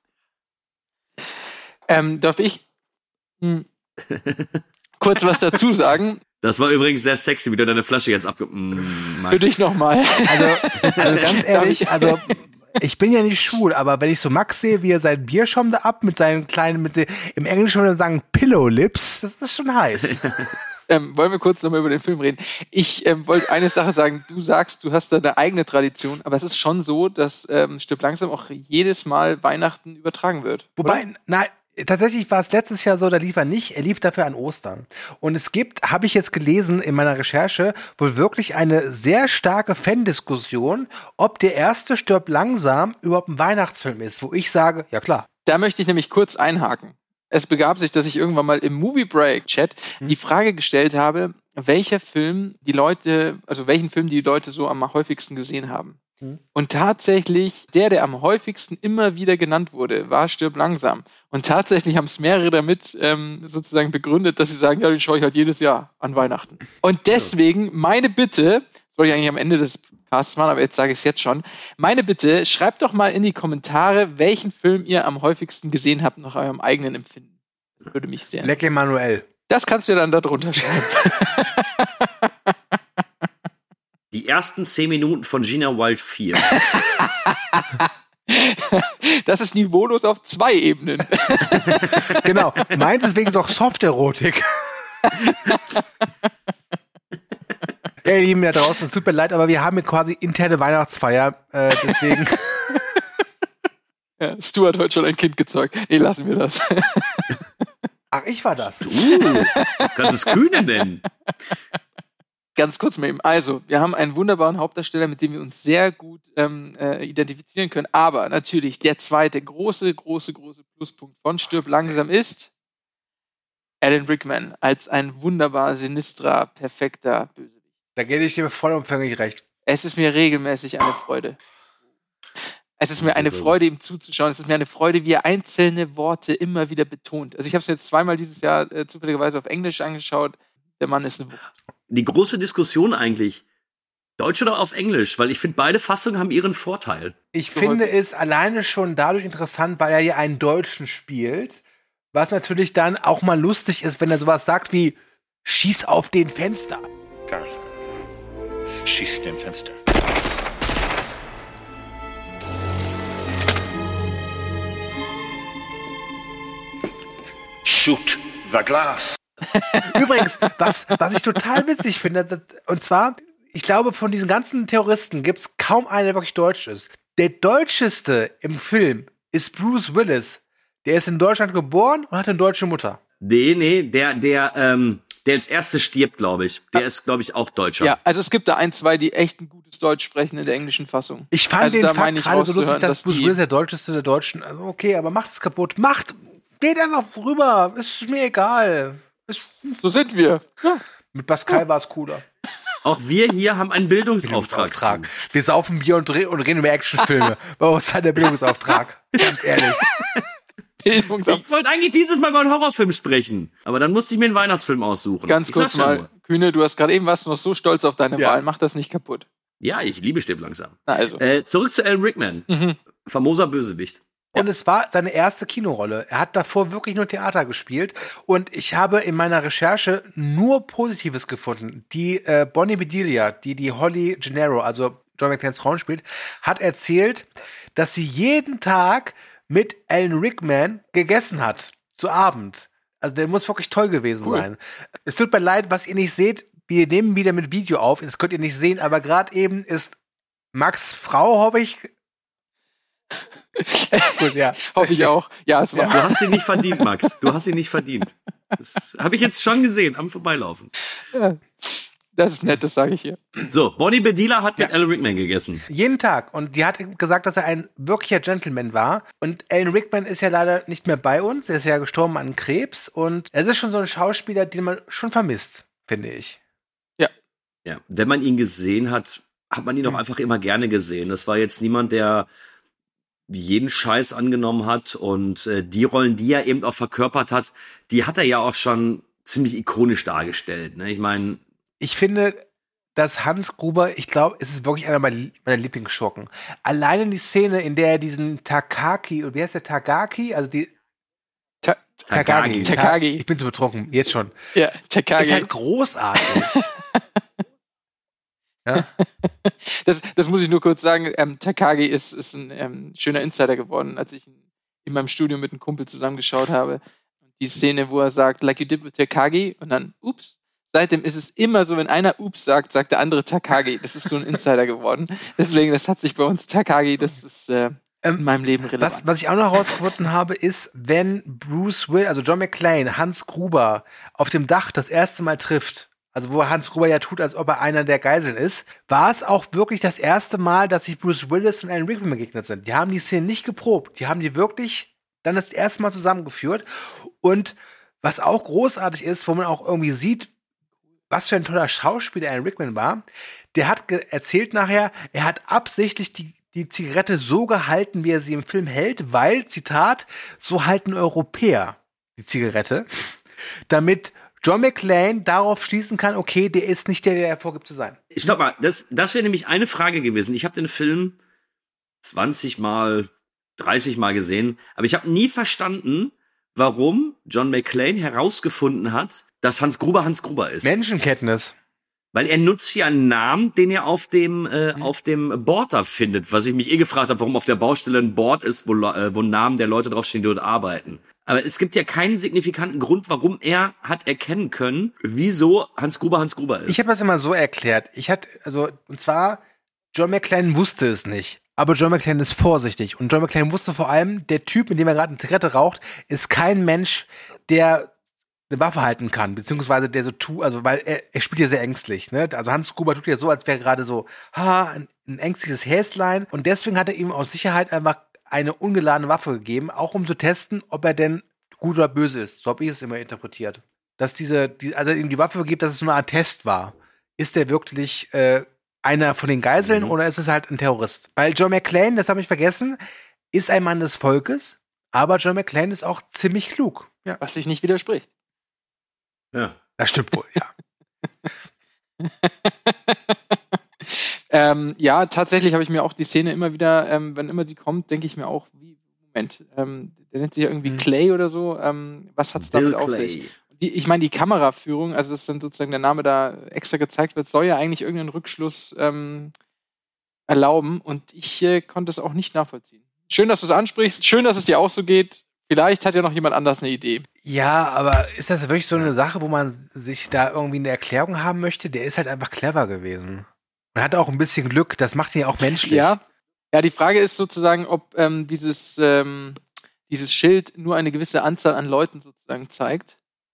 Ähm, darf ich hm, kurz was dazu sagen? Das war übrigens sehr sexy, wie du deine Flasche jetzt abge... Mm, Für dich nochmal. Also, also ganz ehrlich, also ich bin ja nicht schwul, aber wenn ich so Max sehe, wie er seinen Bierschaum da ab mit seinen kleinen, mit den, im Englischen würde man sagen Pillow Lips, das ist schon heiß. Ähm, wollen wir kurz nochmal über den Film reden? Ich ähm, wollte eine Sache sagen. Du sagst, du hast da eine eigene Tradition, aber es ist schon so, dass ähm, Stirb langsam auch jedes Mal Weihnachten übertragen wird. Wobei, oder? nein, tatsächlich war es letztes Jahr so, da lief er nicht, er lief dafür an Ostern. Und es gibt, habe ich jetzt gelesen in meiner Recherche, wohl wirklich eine sehr starke Fan-Diskussion, ob der erste Stirb langsam überhaupt ein Weihnachtsfilm ist, wo ich sage, ja klar. Da möchte ich nämlich kurz einhaken. Es begab sich, dass ich irgendwann mal im Movie Break Chat hm. die Frage gestellt habe, welcher Film die Leute, also welchen Film die Leute so am häufigsten gesehen haben. Hm. Und tatsächlich, der, der am häufigsten immer wieder genannt wurde, war Stirb langsam. Und tatsächlich haben es mehrere damit ähm, sozusagen begründet, dass sie sagen, ja, den schaue ich halt jedes Jahr an Weihnachten. Und deswegen meine Bitte, soll ich eigentlich am Ende des Casts machen, aber jetzt sage ich es jetzt schon, meine Bitte, schreibt doch mal in die Kommentare, welchen Film ihr am häufigsten gesehen habt nach eurem eigenen Empfinden. Das würde mich sehr Leck Emanuel. Das kannst du dann da drunter schreiben. Die ersten zehn Minuten von Gina Wild vier. Das ist niveaulos auf zwei Ebenen. Genau, meint deswegen doch Soft-Erotik. Ja, ihr Lieben da draußen, es tut mir leid, aber wir haben hier quasi interne Weihnachtsfeier, äh, deswegen. Ja, Stu hat heute schon ein Kind gezeugt. Nee, lassen wir das. Ach, ich war das. Du, kannst es Kühne nennen. Ganz kurz mal eben. Also, wir haben einen wunderbaren Hauptdarsteller, mit dem wir uns sehr gut ähm, äh, identifizieren können. Aber natürlich, der zweite große, große, große Pluspunkt von Stirb langsam ist Alan Rickman als ein wunderbar sinistrer, perfekter Bösewicht. Da gebe ich dir vollumfänglich recht. Es ist mir regelmäßig eine Freude. Es ist mir eine Freude, ihm zuzuschauen. Es ist mir eine Freude, wie er einzelne Worte immer wieder betont. Also ich habe es jetzt zweimal dieses Jahr äh, zufälligerweise auf Englisch angeschaut. Der Mann ist eine Wucht. Die große Diskussion eigentlich, Deutsch oder auf Englisch? Weil ich finde, beide Fassungen haben ihren Vorteil. Ich so finde es alleine schon dadurch interessant, weil er ja einen Deutschen spielt. Was natürlich dann auch mal lustig ist, wenn er sowas sagt wie schieß auf den Fenster. Karl, schieß den Fenster. Shoot the glass. Übrigens, was, was ich total witzig finde, das, und zwar, ich glaube, von diesen ganzen Terroristen gibt es kaum einen, der wirklich deutsch ist. Der deutscheste im Film ist Bruce Willis. Der ist in Deutschland geboren und hat eine deutsche Mutter. Nee, nee, der, der, ähm, der als erstes stirbt, glaube ich. Der ist, glaube ich, auch Deutscher. Ja, also es gibt da ein, zwei, die echt ein gutes Deutsch sprechen in der englischen Fassung. Ich fand also den da Fakt ich gerade so lustig, rauszuhören, dass Bruce Willis der Deutscheste der Deutschen, also okay, aber macht es kaputt. Macht, geht einfach rüber, ist mir egal. Ist, so sind wir. Ja. Mit Pascal ja. war es cooler. Auch wir hier haben einen Bildungsauftrag. Bildungsauftrag. Wir saufen Bier und, re- und reden über Actionfilme. Bei uns hat der Bildungsauftrag. Ganz ehrlich. Ich wollte eigentlich dieses Mal über einen Horrorfilm sprechen, aber dann musste ich mir einen Weihnachtsfilm aussuchen. Ganz ich kurz mal, Kühne, du hast gerade eben was noch so stolz auf deine ja. Wahl, mach das nicht kaputt. Ja, ich liebe Stirb langsam. Na also. Äh, zurück zu Alan Rickman. Mhm. Famoser Bösewicht. Und ja. es war seine erste Kinorolle. Er hat davor wirklich nur Theater gespielt. Und ich habe in meiner Recherche nur Positives gefunden. Die äh, Bonnie Bedelia, die die Holly Gennaro, also John McClanes Frau spielt, hat erzählt, dass sie jeden Tag mit Alan Rickman gegessen hat. Zu Abend. Also der muss wirklich toll gewesen cool. sein. Es tut mir leid, was ihr nicht seht. Wir nehmen wieder mit Video auf. Das könnt ihr nicht sehen. Aber gerade eben ist Max' Frau, hoffe ich... Gut, ja. Hoffe ich auch. Ja, es war. Du hast sie nicht verdient, Max. Du hast sie nicht verdient. Das habe ich jetzt schon gesehen am Vorbeilaufen. Ja, das ist nett, das sage ich hier. So, Bonnie Bedelia hat ja. mit Alan Rickman gegessen. Jeden Tag. Und die hat gesagt, dass er ein wirklicher Gentleman war. Und Alan Rickman ist ja leider nicht mehr bei uns. Er ist ja gestorben an Krebs. Und es ist schon so ein Schauspieler, den man schon vermisst, finde ich. Ja. Ja. Wenn man ihn gesehen hat, hat man ihn auch mhm. einfach immer gerne gesehen. Das war jetzt niemand, der jeden Scheiß angenommen hat und äh, die Rollen, die er eben auch verkörpert hat, die hat er ja auch schon ziemlich ikonisch dargestellt. Ne? Ich meine, ich finde, dass Hans Gruber, ich glaube, es ist wirklich einer meiner, meiner Lieblingsschurken. Alleine die Szene, in der er diesen Takaki, und wie heißt der Takaki? Also die Ta- Takagi. Takagi. Ich bin zu betrunken, jetzt schon. Ja, Takagi. Ist halt großartig. Ja. Das, das muss ich nur kurz sagen. Ähm, Takagi ist, ist ein ähm, schöner Insider geworden, als ich in meinem Studium mit einem Kumpel zusammengeschaut habe. Die Szene, wo er sagt, like you did with Takagi, und dann, ups. Seitdem ist es immer so, wenn einer ups sagt, sagt der andere Takagi. Das ist so ein Insider geworden. Deswegen, das hat sich bei uns Takagi, das ist äh, ähm, in meinem Leben relevant. Was, was ich auch noch herausgefunden habe, ist, wenn Bruce Will, also John McClane, Hans Gruber auf dem Dach das erste Mal trifft, also wo Hans Gruber ja tut, als ob er einer der Geiseln ist, war es auch wirklich das erste Mal, dass sich Bruce Willis und Alan Rickman begegnet sind. Die haben die Szene nicht geprobt. Die haben die wirklich dann das erste Mal zusammengeführt. Und was auch großartig ist, wo man auch irgendwie sieht, was für ein toller Schauspieler Alan Rickman war, der hat ge- erzählt nachher, er hat absichtlich die, die Zigarette so gehalten, wie er sie im Film hält, weil, Zitat, so halten Europäer die Zigarette, damit John McClane darauf schließen kann, okay, der ist nicht der, der er vorgibt zu sein. Stopp mal, das, das wäre nämlich eine Frage gewesen. Ich habe den Film zwanzig Mal, dreißig Mal gesehen, aber ich habe nie verstanden, warum John McClane herausgefunden hat, dass Hans Gruber Hans Gruber ist. Menschenkenntnis. Weil er nutzt ja einen Namen, den er auf dem äh, mhm. auf dem Board da findet. Was ich mich eh gefragt habe, warum auf der Baustelle ein Board ist, wo, äh, wo Namen der Leute draufstehen, die dort arbeiten. Aber es gibt ja keinen signifikanten Grund, warum er hat erkennen können, wieso Hans Gruber Hans Gruber ist. Ich habe das immer so erklärt. Ich hatte, also, und zwar, John McClane wusste es nicht. Aber John McClane ist vorsichtig. Und John McClane wusste vor allem, der Typ, mit dem er gerade eine Zigarette raucht, ist kein Mensch, der eine Waffe halten kann. Beziehungsweise der so tut, also, weil er, er spielt ja sehr ängstlich, ne? Also Hans Gruber tut ja so, als wäre gerade so, ha, ein, ein ängstliches Häslein. Und deswegen hat er ihm aus Sicherheit einfach eine ungeladene Waffe gegeben, auch um zu testen, ob er denn gut oder böse ist. So habe ich es immer interpretiert. Dass diese, die, also ihm die Waffe gibt, dass es so eine Art Test war. Ist der wirklich äh, einer von den Geiseln mhm. oder ist es halt ein Terrorist? Weil John McClane, das habe ich vergessen, ist ein Mann des Volkes, aber John McClane ist auch ziemlich klug. Ja. Was sich nicht widerspricht. Ja. Das stimmt wohl, ja. ähm, ja, tatsächlich habe ich mir auch die Szene immer wieder, ähm, wenn immer die kommt, denke ich mir auch, wie, Moment, ähm, der nennt sich ja irgendwie mhm. Clay oder so, ähm, was hat's damit auf sich? Die, ich meine, die Kameraführung, also dass dann sozusagen der Name da extra gezeigt wird, soll ja eigentlich irgendeinen Rückschluss ähm, erlauben, und ich äh, konnte es auch nicht nachvollziehen. Schön, dass du es ansprichst, schön, dass es dir auch so geht. Vielleicht hat ja noch jemand anders eine Idee. Ja, aber ist das wirklich so eine Sache, wo man sich da irgendwie eine Erklärung haben möchte? Der ist halt einfach clever gewesen. Und hat auch ein bisschen Glück, das macht ihn ja auch menschlich. Ja, Ja, die Frage ist sozusagen, ob ähm, dieses, ähm, dieses Schild nur eine gewisse Anzahl an Leuten sozusagen zeigt.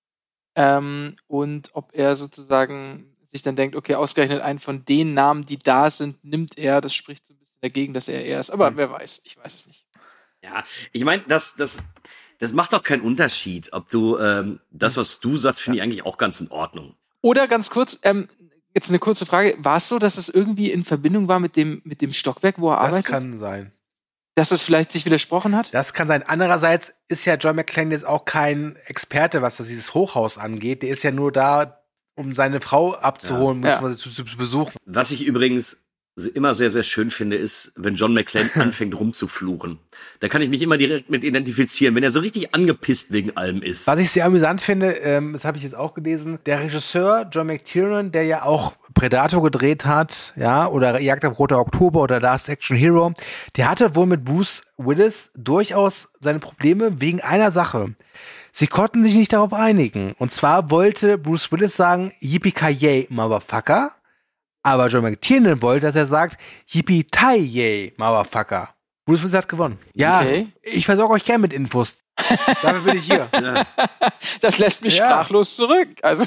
Ähm, und ob er sozusagen sich dann denkt, okay, ausgerechnet einen von den Namen, die da sind, nimmt er. Das spricht so ein bisschen dagegen, dass er er ist. Aber mhm. wer weiß, ich weiß es nicht. Ja, ich meine, das, das, das macht doch keinen Unterschied, ob du ähm, das, was du sagst, finde ja. ich eigentlich auch ganz in Ordnung. Oder ganz kurz, ähm, jetzt eine kurze Frage. War es so, dass es irgendwie in Verbindung war mit dem, mit dem Stockwerk, wo er das arbeitet? Das kann sein. Dass es vielleicht sich widersprochen hat? Das kann sein. Andererseits ist ja John McClane jetzt auch kein Experte, was das dieses Hochhaus angeht. Der ist ja nur da, um seine Frau abzuholen, ja. ja. zu, zu besuchen. Was ich übrigens immer sehr, sehr schön finde, ist, wenn John McClane anfängt rumzufluchen. Da kann ich mich immer direkt mit identifizieren, wenn er so richtig angepisst wegen allem ist. Was ich sehr amüsant finde, ähm, das habe ich jetzt auch gelesen, der Regisseur John McTiernan, der ja auch Predator gedreht hat, ja, oder Jagd auf Roter Oktober oder Last Action Hero, der hatte wohl mit Bruce Willis durchaus seine Probleme wegen einer Sache. Sie konnten sich nicht darauf einigen. Und zwar wollte Bruce Willis sagen, Yippie-ki-yay, Motherfucker. Aber John McTiernan wollte, dass er sagt, Yippie-ti-yay, Motherfucker. Bruce Willis hat gewonnen. Ja, okay. Ich versorge euch gern mit Infos. Dafür bin ich hier. Ja. Das lässt mich ja. sprachlos zurück. Also.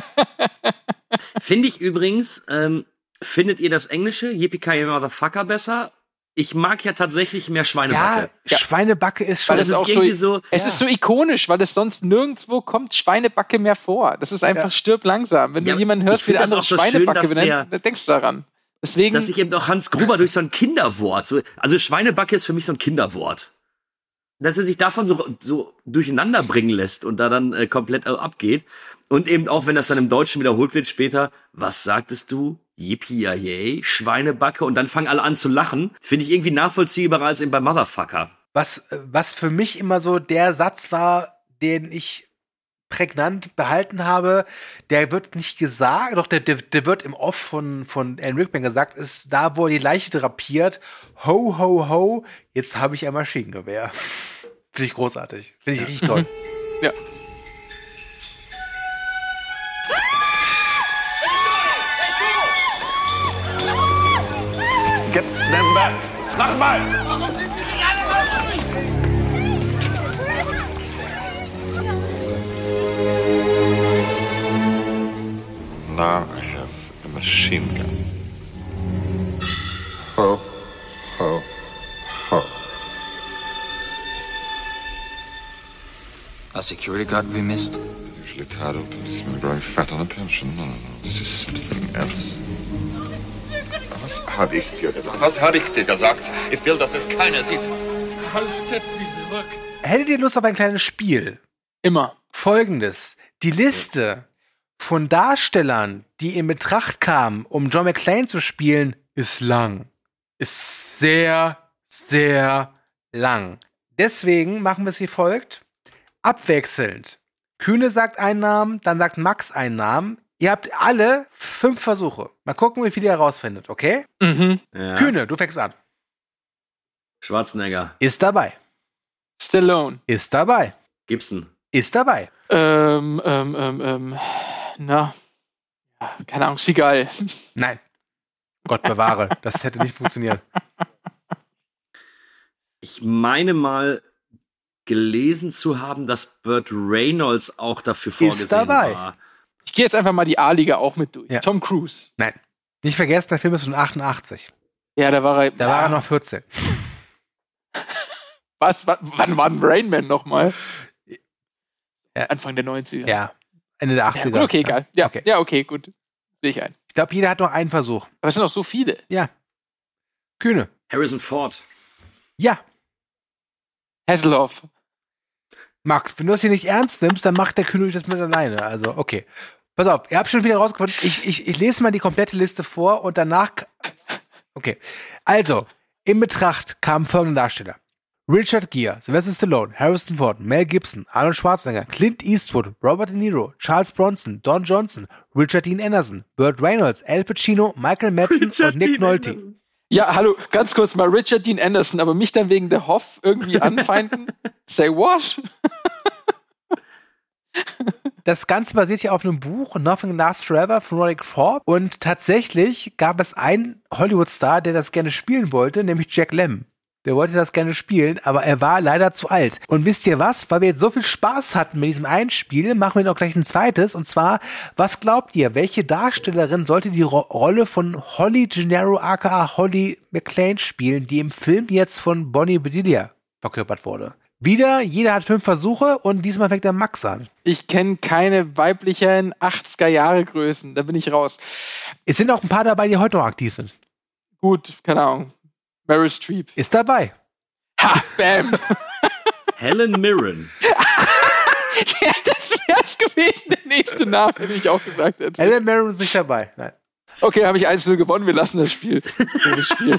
Finde ich übrigens, ähm, findet ihr das Englische, Yippie-ki-yay, Motherfucker, besser? Ich mag ja tatsächlich mehr Schweinebacke. Ja, Schweinebacke ist schon. Weil das ist auch so, so es ja. ist so ikonisch, weil es sonst nirgendwo kommt Schweinebacke mehr vor. Das ist einfach ja. stirb langsam. Wenn ja, du jemanden hörst, wie der andere so Schweinebacke schön, benennt, dann denkst du daran. Deswegen, dass sich eben auch Hans Gruber durch so ein Kinderwort, so, also Schweinebacke ist für mich so ein Kinderwort. Dass er sich davon so, so durcheinander bringen lässt und da dann äh, komplett abgeht. Und eben auch, wenn das dann im Deutschen wiederholt wird später, was sagtest du? Yippie-yay, Schweinebacke, und dann fangen alle an zu lachen. Finde ich irgendwie nachvollziehbarer als eben bei Motherfucker. Was, was für mich immer so der Satz war, den ich prägnant behalten habe, der wird nicht gesagt, doch der, der, der wird im Off von, von Alan Rickman gesagt, ist da, wo er die Leiche drapiert, ho, ho, ho, jetzt habe ich ein Maschinengewehr. Finde ich großartig. Finde ich richtig toll. Ja. Get them back. Mach mal! Warum sind Sie nicht alle bei uns? Now I have a machine gun. Ho, ho, ho. A security guard we missed? Usually tied up and he's been growing fat on a pension. No, no, no. This is something else. Was habe ich dir gesagt? Was habe ich dir gesagt? Ich will, dass es keiner sieht. Haltet sie zurück. Hättet ihr Lust auf ein kleines Spiel? Immer. Folgendes. Die Liste von Darstellern, die in Betracht kamen, um John McClane zu spielen, ist lang. Ist sehr, sehr lang. Deswegen machen wir es wie folgt. Abwechselnd. Kühne sagt einen Namen, dann sagt Max einen Namen. Ihr habt alle fünf Versuche. Mal gucken, wie viel ihr herausfindet, okay? Mhm. Ja. Kühne, du fängst an. Schwarzenegger. Ist dabei. Stallone. Ist dabei. Gibson. Ist dabei. Ähm, ähm, ähm, ähm, na, keine Ahnung, Seagal. Nein. Gott bewahre, das hätte nicht funktioniert. Ich meine mal gelesen zu haben, dass Burt Reynolds auch dafür vorgesehen ist dabei. war. Ich gehe jetzt einfach mal die A-Liga auch mit durch. Ja. Tom Cruise. Nein. Nicht vergessen, der Film ist von achtundachtzig. Ja, da war er. Da ja. war er noch vierzehn. Was? W- wann war ein Rain Man nochmal? Ja. Anfang der neunziger. Ja, Ende der achtziger. Ja, gut, okay, egal. Ja, okay. ja, okay, gut. Sehe ich ein. Ich glaube, jeder hat noch einen Versuch. Aber es sind noch so viele. Ja. Kühne. Harrison Ford. Ja. Hasselhoff. Max, wenn du das hier nicht ernst nimmst, dann macht der Kühne das mit alleine. Also, okay. Pass auf, ihr habt schon wieder rausgefunden. Ich, ich, ich lese mal die komplette Liste vor und danach. Okay. Also, in Betracht kamen folgende Darsteller: Richard Gere, Sylvester Stallone, Harrison Ford, Mel Gibson, Arnold Schwarzenegger, Clint Eastwood, Robert De Niro, Charles Bronson, Don Johnson, Richard Dean Anderson, Burt Reynolds, Al Pacino, Michael Madsen und Nick Nolte. Ja, hallo, ganz kurz mal Richard Dean Anderson, aber mich dann wegen der Hoff irgendwie anfeinden? Say what? Das Ganze basiert ja auf einem Buch, Nothing Lasts Forever von Roderick Thorpe. Und tatsächlich gab es einen Hollywood-Star, der das gerne spielen wollte, nämlich Jack Lemmon. Der wollte das gerne spielen, aber er war leider zu alt. Und wisst ihr was? Weil wir jetzt so viel Spaß hatten mit diesem einen Spiel, machen wir noch gleich ein zweites. Und zwar, was glaubt ihr, welche Darstellerin sollte die Ro- Rolle von Holly Gennaro aka Holly McClane spielen, die im Film jetzt von Bonnie Bedelia verkörpert wurde? Wieder, jeder hat fünf Versuche und diesmal fängt der Max an. Ich kenne keine weiblichen achtziger-Jahre-Größen, da bin ich raus. Es sind auch ein paar dabei, die heute noch aktiv sind. Gut, keine Ahnung. Meryl Streep. Ist dabei. Ha, bam. Helen Mirren. Ja, das wär's gewesen, der nächste Name, den ich auch gesagt hätte. Helen Mirren ist nicht dabei. Nein. Okay, habe ich eins null gewonnen, wir lassen das Spiel. Das Spiel.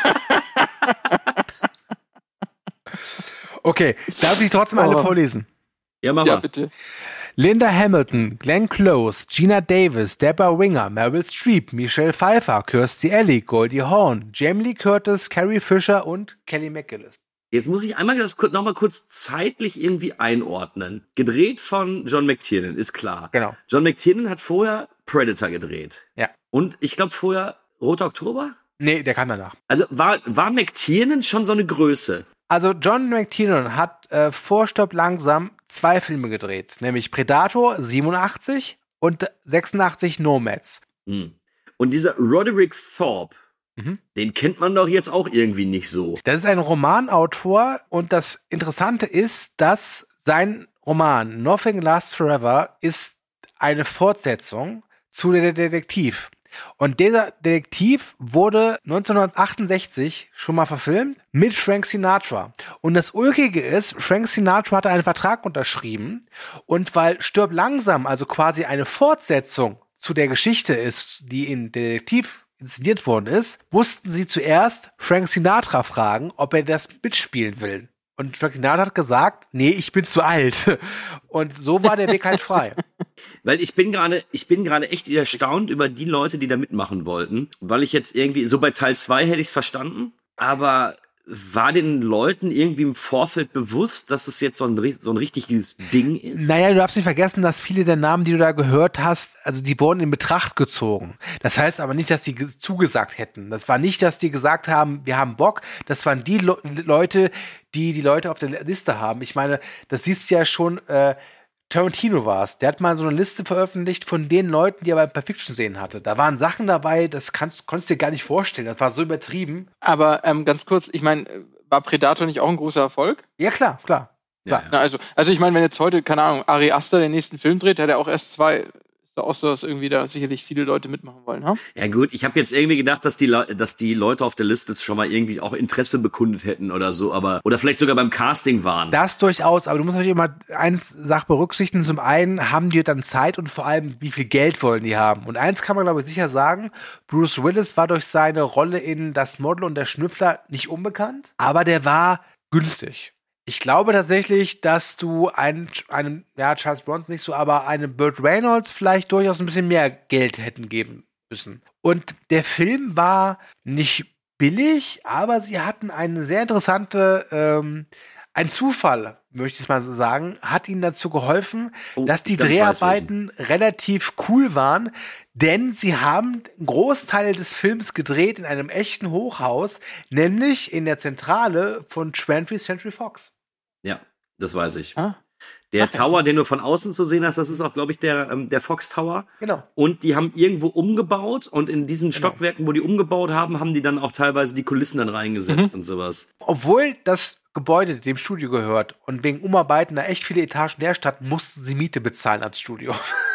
Okay, darf ich trotzdem oh. alle vorlesen? Ja, mach ja, mal. bitte. Linda Hamilton, Glenn Close, Gina Davis, Deborah Winger, Meryl Streep, Michelle Pfeiffer, Kirstie Alley, Goldie Hawn, Jamie Lee Curtis, Carrie Fisher und Kelly McGillis. Jetzt muss ich einmal das noch mal kurz zeitlich irgendwie einordnen. Gedreht von John McTiernan, ist klar. Genau. John McTiernan hat vorher Predator gedreht. Ja. Und ich glaube vorher Roter Oktober? Nee, der kam danach. Also war, war McTiernan schon so eine Größe? Also John McTiernan hat äh, vor Stirb langsam zwei Filme gedreht, nämlich Predator siebenundachtzig und sechsundachtzig Nomads. Hm. Und dieser Roderick Thorpe, mhm. den kennt man doch jetzt auch irgendwie nicht so. Das ist ein Romanautor und das Interessante ist, dass sein Roman Nothing Lasts Forever ist eine Fortsetzung zu der Detektiv. Und dieser Detektiv wurde neunzehnhundertachtundsechzig schon mal verfilmt mit Frank Sinatra. Und das Ulkige ist, Frank Sinatra hatte einen Vertrag unterschrieben und weil Stirb langsam also quasi eine Fortsetzung zu der Geschichte ist, die in Detektiv inszeniert worden ist, mussten sie zuerst Frank Sinatra fragen, ob er das mitspielen will. Und Frank Sinatra hat gesagt, nee, ich bin zu alt. Und so war der Weg halt frei. Weil ich bin gerade, ich bin gerade echt erstaunt über die Leute, die da mitmachen wollten. Weil ich jetzt irgendwie, so bei Teil zwei hätte ich es verstanden, aber war den Leuten irgendwie im Vorfeld bewusst, dass es jetzt so ein, so ein richtiges Ding ist? Naja, du darfst nicht vergessen, dass viele der Namen, die du da gehört hast, also die wurden in Betracht gezogen. Das heißt aber nicht, dass die zugesagt hätten. Das war nicht, dass die gesagt haben, wir haben Bock. Das waren die Le- Leute, die die Leute auf der Liste haben. Ich meine, das siehst du ja schon, äh, Tarantino war es. Der hat mal so eine Liste veröffentlicht von den Leuten, die er bei Pulp Fiction sehen hatte. Da waren Sachen dabei, das kannst, konntest du dir gar nicht vorstellen. Das war so übertrieben. Aber ähm, ganz kurz, ich meine, war Predator nicht auch ein großer Erfolg? Ja, klar, klar. Ja, Na, also, also ich meine, wenn jetzt heute, keine Ahnung, Ari Aster den nächsten Film dreht, hat er auch erst zwei, ist da auch so, dass irgendwie da sicherlich viele Leute mitmachen wollen, ha? Ja gut, ich habe jetzt irgendwie gedacht, dass die, Le- dass die Leute auf der Liste schon mal irgendwie auch Interesse bekundet hätten oder so, aber oder vielleicht sogar beim Casting waren. Das durchaus, aber du musst natürlich immer eins Sache berücksichtigen. Zum einen haben die dann Zeit und vor allem, wie viel Geld wollen die haben. Und eins kann man, glaube ich, sicher sagen, Bruce Willis war durch seine Rolle in Das Model und der Schnüffler nicht unbekannt, aber der war günstig. Ich glaube tatsächlich, dass du einen, einen, ja, Charles Bronson nicht so, aber einem Burt Reynolds vielleicht durchaus ein bisschen mehr Geld hätten geben müssen. Und der Film war nicht billig, aber sie hatten eine sehr interessante, ähm, ein Zufall, möchte ich es mal so sagen, hat ihnen dazu geholfen, Oh, dass die ich glaub, ich weiß Dreharbeiten relativ cool waren, denn sie haben einen Großteil des Films gedreht in einem echten Hochhaus, nämlich in der Zentrale von twentieth Century Fox. Ja, das weiß ich. Ah. Der Ach, ja. Tower, den du von außen zu sehen hast, das ist auch, glaube ich, der, ähm, der Fox Tower. Genau. Und die haben irgendwo umgebaut und in diesen Genau. Stockwerken, wo die umgebaut haben, haben die dann auch teilweise die Kulissen dann reingesetzt Mhm. und sowas. Obwohl das Gebäude dem Studio gehört und wegen Umarbeiten da echt viele Etagen leer standen, mussten sie Miete bezahlen als Studio.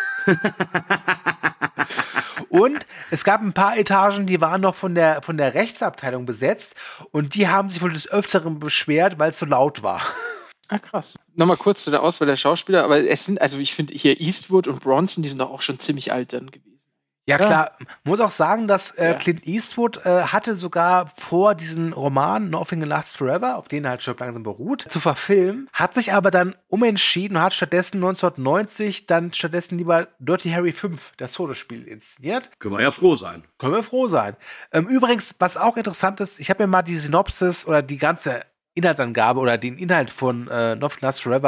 Und es gab ein paar Etagen, die waren noch von der, von der Rechtsabteilung besetzt und die haben sich wohl des Öfteren beschwert, weil es so laut war. Ah, krass. Nochmal kurz zu der Auswahl der Schauspieler, aber es sind, also ich finde hier Eastwood und Bronson, die sind doch auch schon ziemlich alt dann gewesen. Ja, klar. Muss auch sagen, dass äh, Ja. Clint Eastwood äh, hatte sogar vor, diesen Roman Nothing Lasts Forever, auf den er halt schon langsam beruht, zu verfilmen, hat sich aber dann umentschieden und hat stattdessen neunzehnhundertneunzig dann stattdessen lieber Dirty Harry fünf, das Todesspiel, inszeniert. Können wir ja froh sein. Können wir froh sein. Ähm, übrigens, was auch interessant ist, ich habe mir mal die Synopsis oder die ganze Inhaltsangabe oder den Inhalt von äh, Nothing Lasts Forever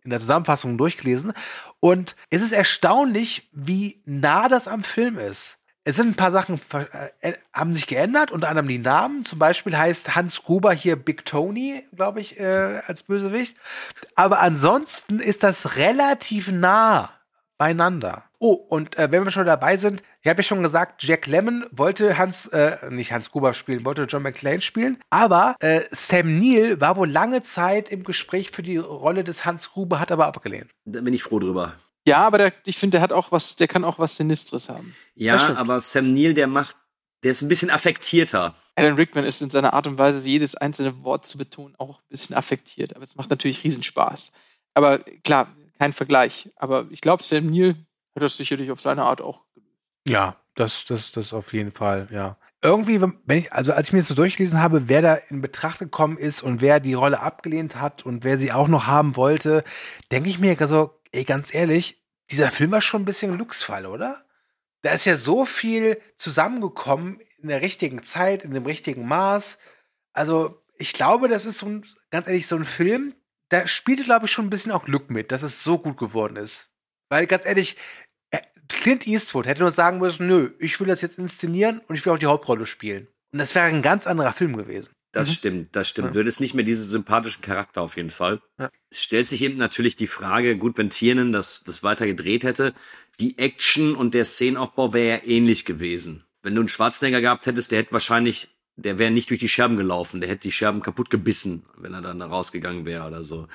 in der Zusammenfassung durchgelesen. Und es ist erstaunlich, wie nah das am Film ist. Es sind ein paar Sachen, äh, haben sich geändert, unter anderem die Namen. Zum Beispiel heißt Hans Gruber hier Big Tony, glaube ich, äh, als Bösewicht. Aber ansonsten ist das relativ nah beieinander. Oh, und äh, wenn wir schon dabei sind, ich habe ja schon gesagt, Jack Lemmon wollte Hans, äh, nicht Hans Gruber spielen, wollte John McClane spielen. Aber äh, Sam Neill war wohl lange Zeit im Gespräch für die Rolle des Hans Gruber, hat aber abgelehnt. Da bin ich froh drüber. Ja, aber der, ich finde, der hat auch was, der kann auch was Sinistres haben. Ja, aber Sam Neill, der macht, der ist ein bisschen affektierter. Alan Rickman ist in seiner Art und Weise, jedes einzelne Wort zu betonen, auch ein bisschen affektiert. Aber es macht natürlich Riesenspaß. Aber klar, kein Vergleich. Aber ich glaube, Sam Neill hat das sicherlich auf seine Art auch gelöst. Ja, das, das, das auf jeden Fall, ja. Irgendwie, wenn ich, also als ich mir das so durchgelesen habe, wer da in Betracht gekommen ist und wer die Rolle abgelehnt hat und wer sie auch noch haben wollte, denke ich mir so, ey, ganz ehrlich, dieser Film war schon ein bisschen ein Glücksfall, oder? Da ist ja so viel zusammengekommen in der richtigen Zeit, in dem richtigen Maß. Also, ich glaube, das ist so ein, ganz ehrlich, so ein Film, da spielte, glaube ich, schon ein bisschen auch Glück mit, dass es so gut geworden ist. Weil, ganz ehrlich, Clint Eastwood hätte nur sagen müssen, nö, ich will das jetzt inszenieren und ich will auch die Hauptrolle spielen. Und das wäre ein ganz anderer Film gewesen. Das mhm. stimmt, das stimmt. Ja. Du hättest nicht mehr diesen sympathischen Charakter auf jeden Fall. Ja. Es stellt sich eben natürlich die Frage, gut, wenn Tiernan das, das weiter gedreht hätte, die Action und der Szenenaufbau wäre ja ähnlich gewesen. Wenn du einen Schwarzenegger gehabt hättest, der hätte wahrscheinlich, der wäre nicht durch die Scherben gelaufen, der hätte die Scherben kaputt gebissen, wenn er dann da rausgegangen wäre oder so.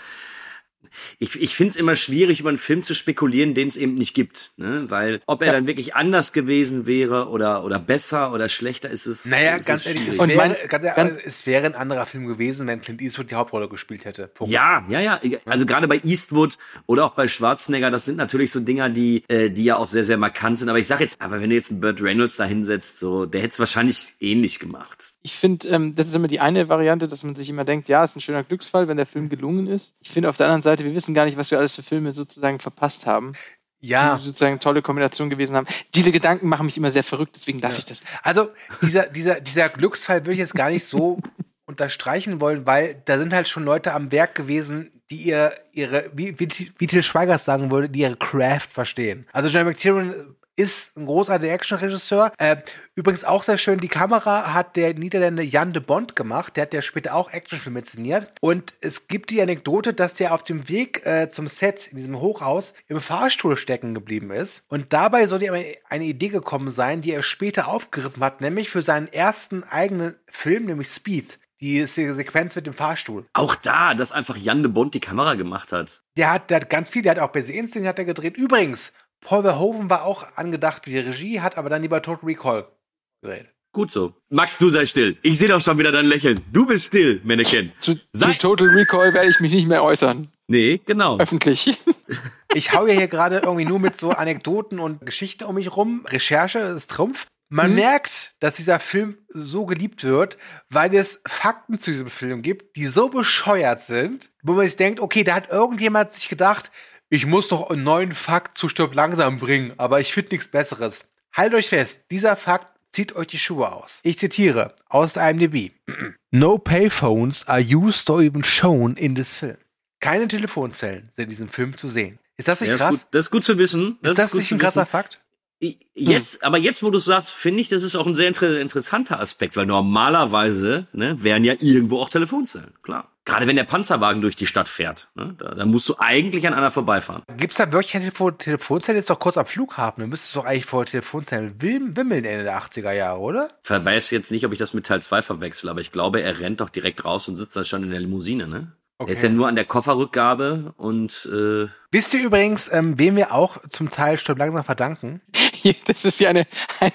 Ich, ich finde es immer schwierig, über einen Film zu spekulieren, den es eben nicht gibt, ne? Weil ob er ja. dann wirklich anders gewesen wäre oder oder besser oder schlechter, ist es. Naja, ist ganz es ehrlich, es Und wäre, mein, ganz ehrlich, es wäre ein anderer Film gewesen, wenn Clint Eastwood die Hauptrolle gespielt hätte. Punkt. Ja, ja, ja. Also gerade bei Eastwood oder auch bei Schwarzenegger, das sind natürlich so Dinger, die äh, die ja auch sehr, sehr markant sind. Aber ich sag jetzt, aber wenn du jetzt einen Burt Reynolds da hinsetzt, so, der hätte es wahrscheinlich ähnlich gemacht. Ich finde, ähm, das ist immer die eine Variante, dass man sich immer denkt, ja, ist ein schöner Glücksfall, wenn der Film gelungen ist. Ich finde auf der anderen Seite, wir wissen gar nicht, was wir alles für Filme sozusagen verpasst haben. Ja. Die sozusagen eine tolle Kombination gewesen haben. Diese Gedanken machen mich immer sehr verrückt, deswegen lasse ja. ich das. Also dieser, dieser, dieser Glücksfall würde ich jetzt gar nicht so unterstreichen wollen, weil da sind halt schon Leute am Werk gewesen, die ihr, ihre, wie, wie, wie Til Schweiger sagen würde, die ihre Craft verstehen. Also John McTiernan ist ein großartiger Actionregisseur. Äh, übrigens auch sehr schön, die Kamera hat der Niederländer Jan de Bont gemacht. Der hat ja später auch Actionfilme inszeniert. Und es gibt die Anekdote, dass der auf dem Weg äh, zum Set in diesem Hochhaus im Fahrstuhl stecken geblieben ist. Und dabei soll ihm eine Idee gekommen sein, die er später aufgegriffen hat, nämlich für seinen ersten eigenen Film, nämlich Speed. Die Sequenz mit dem Fahrstuhl. Auch da, dass einfach Jan de Bont die Kamera gemacht hat. Der hat, der hat ganz viel, der hat auch Basic Instinct hat er gedreht. Übrigens, Paul Verhoeven war auch angedacht für die Regie, hat aber dann lieber Total Recall gedreht. Gut so. Max, du sei still. Ich sehe doch schon wieder dein Lächeln. Du bist still, Mannequin. Zu, zu Total Recall werde ich mich nicht mehr äußern. Nee, genau. Öffentlich. Ich hau ja hier gerade irgendwie nur mit so Anekdoten und Geschichten um mich rum. Recherche ist Trumpf. Man hm. merkt, dass dieser Film so geliebt wird, weil es Fakten zu diesem Film gibt, die so bescheuert sind, wo man sich denkt, okay, da hat irgendjemand sich gedacht, ich muss noch einen neuen Fakt zu Stirb langsam bringen, aber ich finde nichts Besseres. Haltet euch fest, dieser Fakt zieht euch die Schuhe aus. Ich zitiere aus der I M D B. No payphones are used or even shown in this film. Keine Telefonzellen sind in diesem Film zu sehen. Ist das nicht ja, krass? Ist gut, das ist gut zu wissen. Das ist das ist nicht ein krasser Fakt? Jetzt, hm. aber jetzt, wo du es sagst, finde ich, das ist auch ein sehr inter- interessanter Aspekt, weil normalerweise ne, wären ja irgendwo auch Telefonzellen, klar. Gerade wenn der Panzerwagen durch die Stadt fährt, ne, da, da musst du eigentlich an einer vorbeifahren. Gibt's da wirklich eine Telefon- Telefonzelle? Ist doch kurz am Flughafen. Du müsstest doch eigentlich vor Telefonzellen wim- wimmeln Ende der achtziger Jahre, oder? Ich weiß jetzt nicht, ob ich das mit Teil zwei verwechsel, aber ich glaube, er rennt doch direkt raus und sitzt dann schon in der Limousine, ne? Okay. Er ist ja nur an der Kofferrückgabe und äh wisst ihr übrigens, ähm, wem wir auch zum Teil Stirb langsam verdanken? Das ist ja eine, ein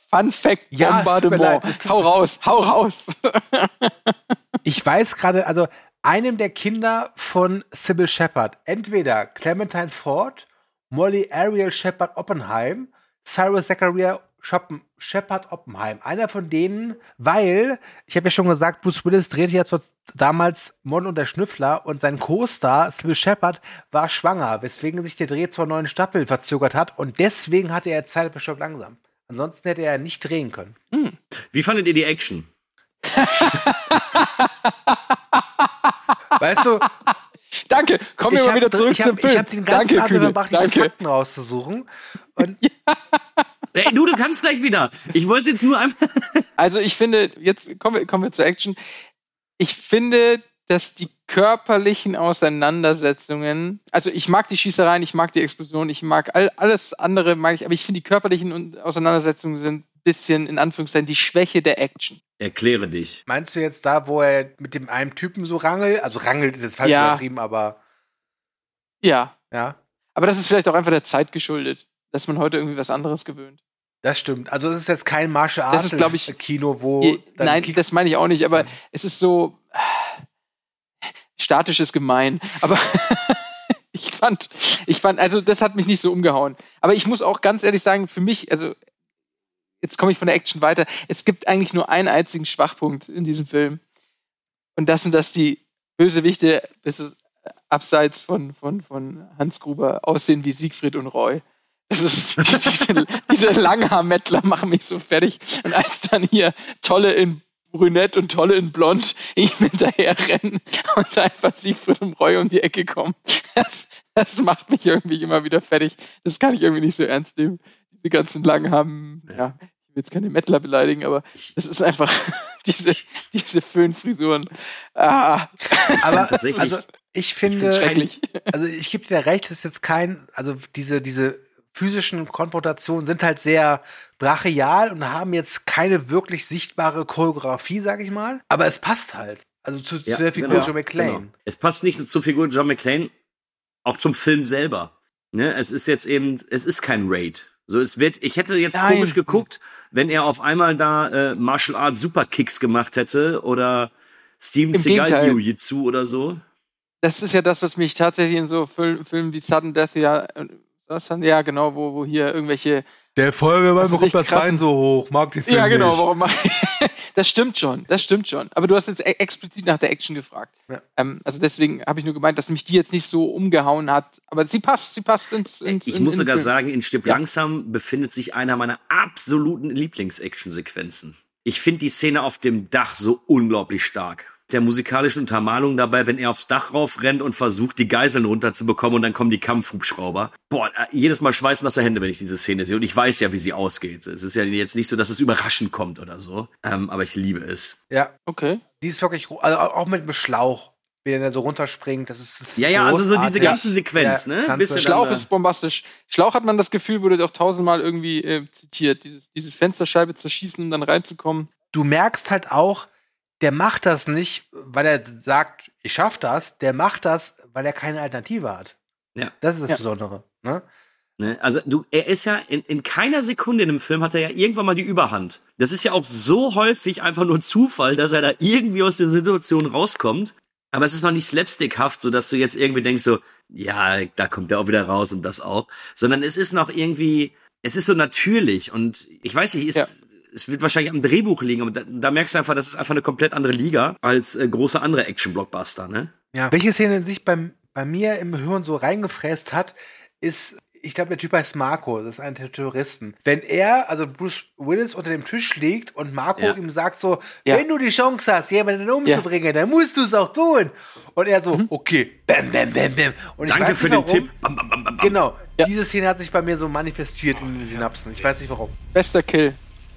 Fun-Fact-Bombardement. Ja, hau raus, hau raus. Ich weiß gerade, also einem der Kinder von Sybil Shepherd, entweder Clementine Ford, Molly Ariel Shepherd Oppenheim, Cyrus Zachariah Shepherd Oppenheim. Einer von denen, weil, ich habe ja schon gesagt, Bruce Willis drehte ja damals Mon und der Schnüffler und sein Co-Star Sybil Shepherd war schwanger, weswegen sich der Dreh zur neuen Staffel verzögert hat und deswegen hatte er Zeit für Stirb langsam. Ansonsten hätte er nicht drehen können. Hm. Wie fandet ihr die Action? Weißt du, Danke, kommen wir mal wieder zurück ich hab, zum Film. Ich habe den ganzen Danke, Abend Kühne. verbracht, diese Danke. Fakten rauszusuchen. Und Ey, du, du kannst gleich wieder. Ich wollte es jetzt nur einmal... Also ich finde, jetzt kommen wir, kommen wir zur Action. Ich finde, dass die körperlichen Auseinandersetzungen, also ich mag die Schießereien, ich mag die Explosion, ich mag all, alles andere, mag ich, aber ich finde, die körperlichen Auseinandersetzungen sind ein bisschen, in Anführungszeichen, die Schwäche der Action. Erkläre dich. meinst du jetzt da, wo er mit dem einen Typen so rangelt? Also rangelt ist jetzt falsch Ja. übertrieben, aber Ja, ja, aber das ist vielleicht auch einfach der Zeit geschuldet, dass man heute irgendwie was anderes gewöhnt. das stimmt. Also es ist jetzt kein Martial Das Arts ist, glaub ich, Kino, wo Je, dann nein, Kicks- das meine ich auch nicht, aber es ist so statisch ist gemein, aber ich fand, ich fand, also das hat mich nicht so umgehauen. Aber ich muss auch ganz ehrlich sagen, für mich, also jetzt komme ich von der Action weiter, es gibt eigentlich nur einen einzigen Schwachpunkt in diesem Film. Und das sind, dass die Bösewichte bis abseits von, von, von Hans Gruber aussehen wie Siegfried und Roy. Das ist, diese, diese Langhaar-Mettler machen mich so fertig. Und als dann hier Tolle in Brünett und Tolle in Blond ihm hinterher rennen und einfach Siegfried und Roy um die Ecke kommen, das, das macht mich irgendwie immer wieder fertig. Das kann ich irgendwie nicht so ernst nehmen. Diese ganzen Langhaar, ja, ich will jetzt keine Mettler beleidigen, aber das ist einfach diese, diese Föhnfrisuren. Ah. Aber Tatsächlich. also ich finde, find's schrecklich. also ich gebe dir recht, es ist jetzt kein, also diese, diese physischen Konfrontationen sind halt sehr brachial und haben jetzt keine wirklich sichtbare Choreografie, sag ich mal. Aber es passt halt. Also zu, Ja, zu der Figur genau, John McClane. genau. Es passt nicht nur zur Figur John McClane, auch zum Film selber. Ne? Es ist jetzt eben, es ist kein Raid. So, es wird, ich hätte jetzt Nein. komisch geguckt, wenn er auf einmal da äh, Martial Arts Superkicks gemacht hätte oder Steven Im Seagal Gegenteil. Jiu-Jitsu oder so. Das ist ja das, was mich tatsächlich in so Fil- Filmen wie Sudden Death ja, ja genau, wo, wo hier irgendwelche Der Feuerwehrmann Was weiß ich, bekommt das krassen- Bein so hoch, mag die Film Ja, genau, nicht. warum mach ich? Das stimmt schon, das stimmt schon. Aber du hast jetzt e- explizit nach der Action gefragt. Ja. Ähm, also deswegen habe ich nur gemeint, dass mich die jetzt nicht so umgehauen hat. Aber sie passt, sie passt ins, ins Ich in, muss in den sogar Film. sagen, in Stipp Ja. langsam befindet sich einer meiner absoluten Lieblings-Action-Sequenzen. Ich finde die Szene auf dem Dach so unglaublich stark. Der musikalischen Untermalung dabei, wenn er aufs Dach raufrennt und versucht, die Geiseln runterzubekommen und dann kommen die Kampfhubschrauber. Boah, äh, jedes Mal schweißen nasse Hände, wenn ich diese Szene sehe. Und ich weiß ja, wie sie ausgeht. Es ist ja jetzt nicht so, dass es überraschend kommt oder so. Ähm, aber ich liebe es. Ja, Okay. die ist wirklich, ru- also auch mit dem Schlauch, wie er da so runterspringt, das ist, das ist Ja, ja, also so diese großartig. ganze Sequenz, Ja, ne? kannst Bis du- er Schlauch dann, ist bombastisch. Schlauch hat man das Gefühl, wurde auch tausendmal irgendwie äh, zitiert. Dieses, dieses Fensterscheibe zerschießen, um dann reinzukommen. Du merkst halt auch, der macht das nicht, weil er sagt, ich schaff das, der macht das, weil er keine Alternative hat. Ja. Das ist das Ja. Besondere. Ne? Ne? Also du, er ist ja in, in keiner Sekunde in dem Film hat er ja irgendwann mal die Überhand. Das ist ja auch so häufig einfach nur Zufall, dass er da irgendwie aus der Situation rauskommt. Aber es ist noch nicht slapstickhaft, so dass du jetzt irgendwie denkst so, ja, da kommt er auch wieder raus und das auch. Sondern es ist noch irgendwie, es ist so natürlich und ich weiß nicht, ist, Ja. es wird wahrscheinlich am Drehbuch liegen, aber da, da merkst du einfach, das ist einfach eine komplett andere Liga als äh, große andere Action-Blockbuster, ne? Ja. Welche Szene sich beim, bei mir im Hirn so reingefräst hat, ist, ich glaube, der Typ heißt Marco, das ist einer der Terroristen. Wenn er, also Bruce Willis, unter dem Tisch liegt und Marco Ja. ihm sagt so, Ja. wenn du die Chance hast, jemanden umzubringen, dann musst du es auch tun. Und er so, okay, bam, bam, bam, bam. Und ich Danke weiß für nicht, den warum. Tipp. Bam, bam, bam, bam, bam. Genau, Ja. diese Szene hat sich bei mir so manifestiert in den Synapsen. Ich weiß nicht warum. Bester Kill.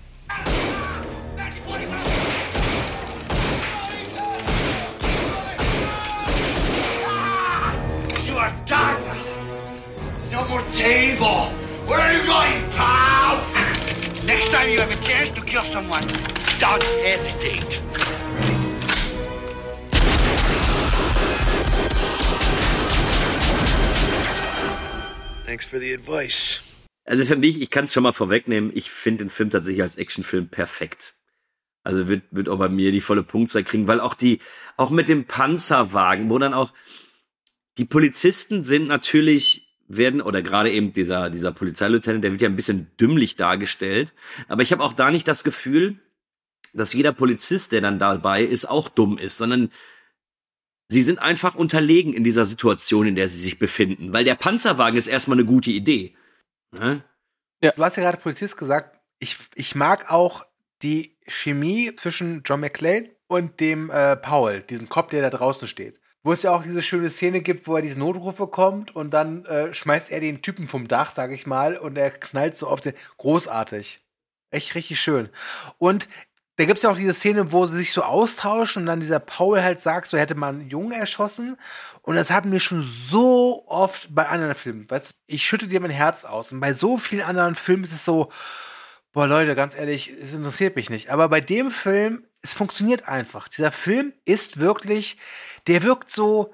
You are done. No more table. Where are you going, pal? Next time you have a chance to kill someone, don't hesitate. Thanks for the advice. Also für mich, ich kann es schon mal vorwegnehmen, ich finde den Film tatsächlich als Actionfilm perfekt. Also wird, wird auch bei mir die volle Punktzahl kriegen, weil auch die, auch mit dem Panzerwagen, wo dann auch die Polizisten sind natürlich, werden, oder gerade eben dieser, dieser Polizeileutnant, der wird ja ein bisschen dümmlich dargestellt. Aber ich habe auch da nicht das Gefühl, dass jeder Polizist, der dann dabei ist, auch dumm ist, sondern sie sind einfach unterlegen in dieser Situation, in der sie sich befinden. Weil der Panzerwagen ist erstmal eine gute Idee. Ne? Du hast ja gerade Polizist gesagt, ich, ich mag auch die Chemie zwischen John McClane und dem äh, Paul, diesem Cop, der da draußen steht. Wo es ja auch diese schöne Szene gibt, wo er diesen Notruf bekommt und dann äh, schmeißt er den Typen vom Dach, sag ich mal, und er knallt so auf den. Großartig. Echt richtig schön. Und da gibt's ja auch diese Szene, wo sie sich so austauschen und dann dieser Paul halt sagt, so hätte man einen Jungen erschossen. Und das hatten wir schon so oft bei anderen Filmen. Weißt du, ich schütte dir mein Herz aus. Und bei so vielen anderen Filmen ist es so, boah Leute, ganz ehrlich, es interessiert mich nicht. Aber bei dem Film, es funktioniert einfach. Dieser Film ist wirklich, der wirkt so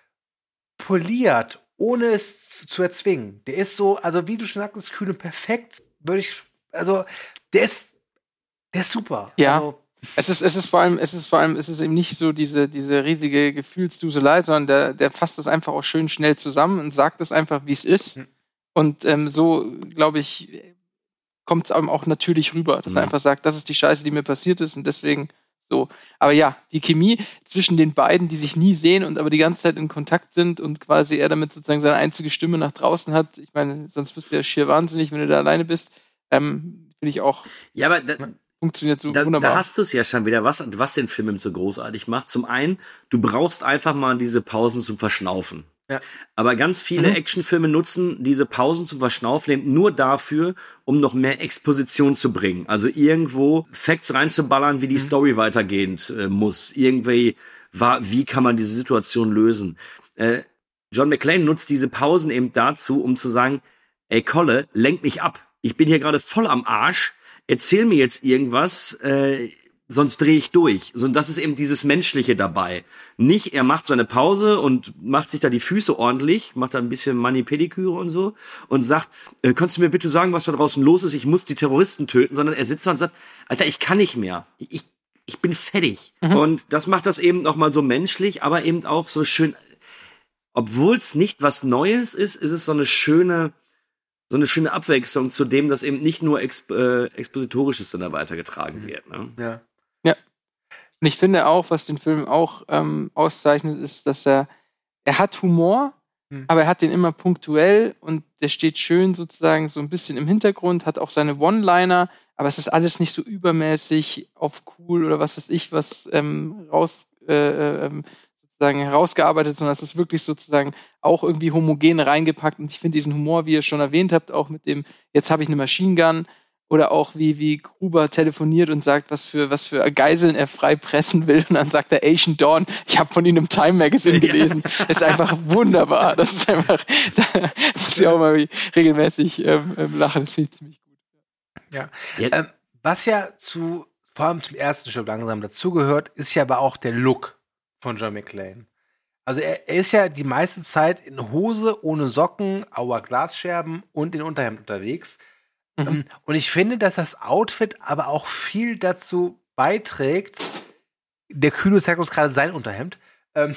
poliert, ohne es zu erzwingen. Der ist so, also wie du schon sagtest, kühl und perfekt, würde ich, also der ist, der ist super. Ja. Also, Es ist, es ist vor allem, es ist vor allem, es ist eben nicht so diese, diese riesige Gefühlsduselei, sondern der, der fasst das einfach auch schön schnell zusammen und sagt es einfach, wie es ist. Mhm. Und ähm, so, glaube ich, kommt es einem auch natürlich rüber, dass Mhm. er einfach sagt, das ist die Scheiße, die mir passiert ist und deswegen so. Aber ja, die Chemie zwischen den beiden, die sich nie sehen und aber die ganze Zeit in Kontakt sind und quasi er damit sozusagen seine einzige Stimme nach draußen hat. Ich meine, sonst wirst du ja schier wahnsinnig, wenn du da alleine bist. Ähm, finde ich auch. Ja, aber da, Funktioniert so da, wunderbar. da hast du es ja schon wieder, was, was den Film eben so großartig macht. Zum einen, du brauchst einfach mal diese Pausen zum Verschnaufen. Ja. Aber ganz viele Mhm. Actionfilme nutzen diese Pausen zum Verschnaufen eben nur dafür, um noch mehr Exposition zu bringen. Also irgendwo Facts reinzuballern, wie die Mhm. Story weitergehend äh, muss. Irgendwie, war, wie kann man diese Situation lösen? Äh, John McClane nutzt diese Pausen eben dazu, um zu sagen, ey Kolle, lenk mich ab. Ich bin hier gerade voll am Arsch. Erzähl mir jetzt irgendwas, äh, sonst drehe ich durch. So, und das ist eben dieses Menschliche dabei. Nicht, er macht so eine Pause und macht sich da die Füße ordentlich, macht da ein bisschen Mani-Pediküre und so und sagt, äh, kannst du mir bitte sagen, was da draußen los ist? Ich muss die Terroristen töten. Sondern er sitzt da und sagt, Alter, ich kann nicht mehr. Ich, ich bin fertig. Mhm. Und das macht das eben noch mal so menschlich, aber eben auch so schön. Obwohl es nicht was Neues ist, ist es so eine schöne so eine schöne Abwechslung zu dem, dass eben nicht nur Exp- äh, Expositorisches dann da weitergetragen wird. Ne? ja. Ja. Und ich finde auch, was den Film auch ähm, auszeichnet, ist, dass er, er hat Humor, Hm. aber er hat den immer punktuell und der steht schön sozusagen so ein bisschen im Hintergrund, hat auch seine One-Liner, aber es ist alles nicht so übermäßig auf cool oder was weiß ich, was ähm, raus, äh, ähm, sozusagen herausgearbeitet, sondern es ist wirklich sozusagen auch irgendwie homogen reingepackt und ich finde diesen Humor, wie ihr schon erwähnt habt, auch mit dem, jetzt habe ich eine Machine Gun oder auch wie, wie Gruber telefoniert und sagt, was für, was für Geiseln er frei pressen will und dann sagt er Asian Dawn, ich habe von ihm im Time Magazine gelesen. Das ist einfach wunderbar. Das ist einfach, da muss ich auch mal regelmäßig ähm, ähm, lachen, das finde ich ziemlich gut. Ja. Ja. Ähm, was ja zu, vor allem zum ersten Stück langsam dazugehört, ist ja aber auch der Look von John McClane. Also er, er ist ja die meiste Zeit in Hose, ohne Socken, Auer Glasscherben und in Unterhemd unterwegs. Mhm. Ähm, und ich finde, dass das Outfit aber auch viel dazu beiträgt. Der Kühne zeigt uns gerade sein Unterhemd. Ähm,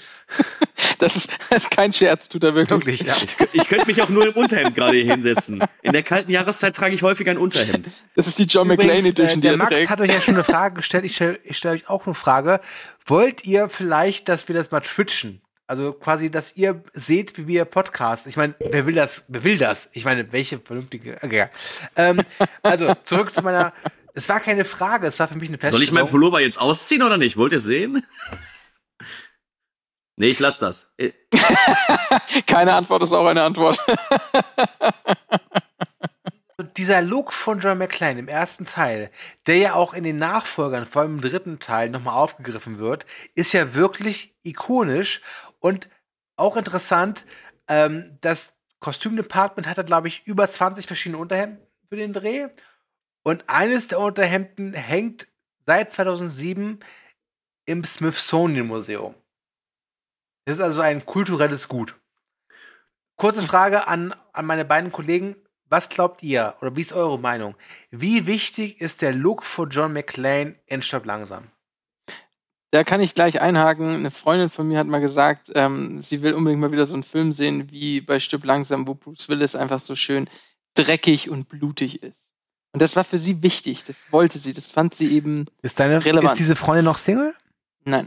Das ist, das ist kein Scherz, tut er wirklich. wirklich, ja. Ich, ich könnte mich auch nur im Unterhemd gerade hier hinsetzen. In der kalten Jahreszeit trage ich häufiger ein Unterhemd. Das ist die John Übrigens, McClane äh, Edition, die der er Max trägt. hat euch ja schon eine Frage gestellt. Ich stelle ich stell euch auch eine Frage. Wollt ihr vielleicht, dass wir das mal twitchen? Also quasi, dass ihr seht, wie wir Podcast. Ich meine, wer will das? Wer will das? Ich meine, welche vernünftige. Okay, ja. ähm, also zurück zu meiner. Es war keine Frage. Es war für mich eine Feststellung. Soll ich meinen Pullover jetzt ausziehen oder nicht? Wollt ihr sehen? Nee, ich lass das. Äh, Keine Antwort ist auch eine Antwort. Dieser Look von John McClane im ersten Teil, der ja auch in den Nachfolgern, vor allem im dritten Teil, nochmal aufgegriffen wird, ist ja wirklich ikonisch und auch interessant. Ähm, das Kostümdepartment hat da, glaube ich, über zwanzig verschiedene Unterhemden für den Dreh. Und eines der Unterhemden hängt seit zweitausendsieben im Smithsonian Museum. Das ist also ein kulturelles Gut. Kurze Frage an, an meine beiden Kollegen. Was glaubt ihr, oder wie ist eure Meinung? Wie wichtig ist der Look von John McClane in Stirb langsam? Da kann ich gleich einhaken. Eine Freundin von mir hat mal gesagt, ähm, sie will unbedingt mal wieder so einen Film sehen wie bei Stirb langsam, wo Bruce Willis einfach so schön dreckig und blutig ist. Und das war für sie wichtig. Das wollte sie. Das fand sie eben Ist, deine, relevant. ist diese Freundin noch Single? Nein.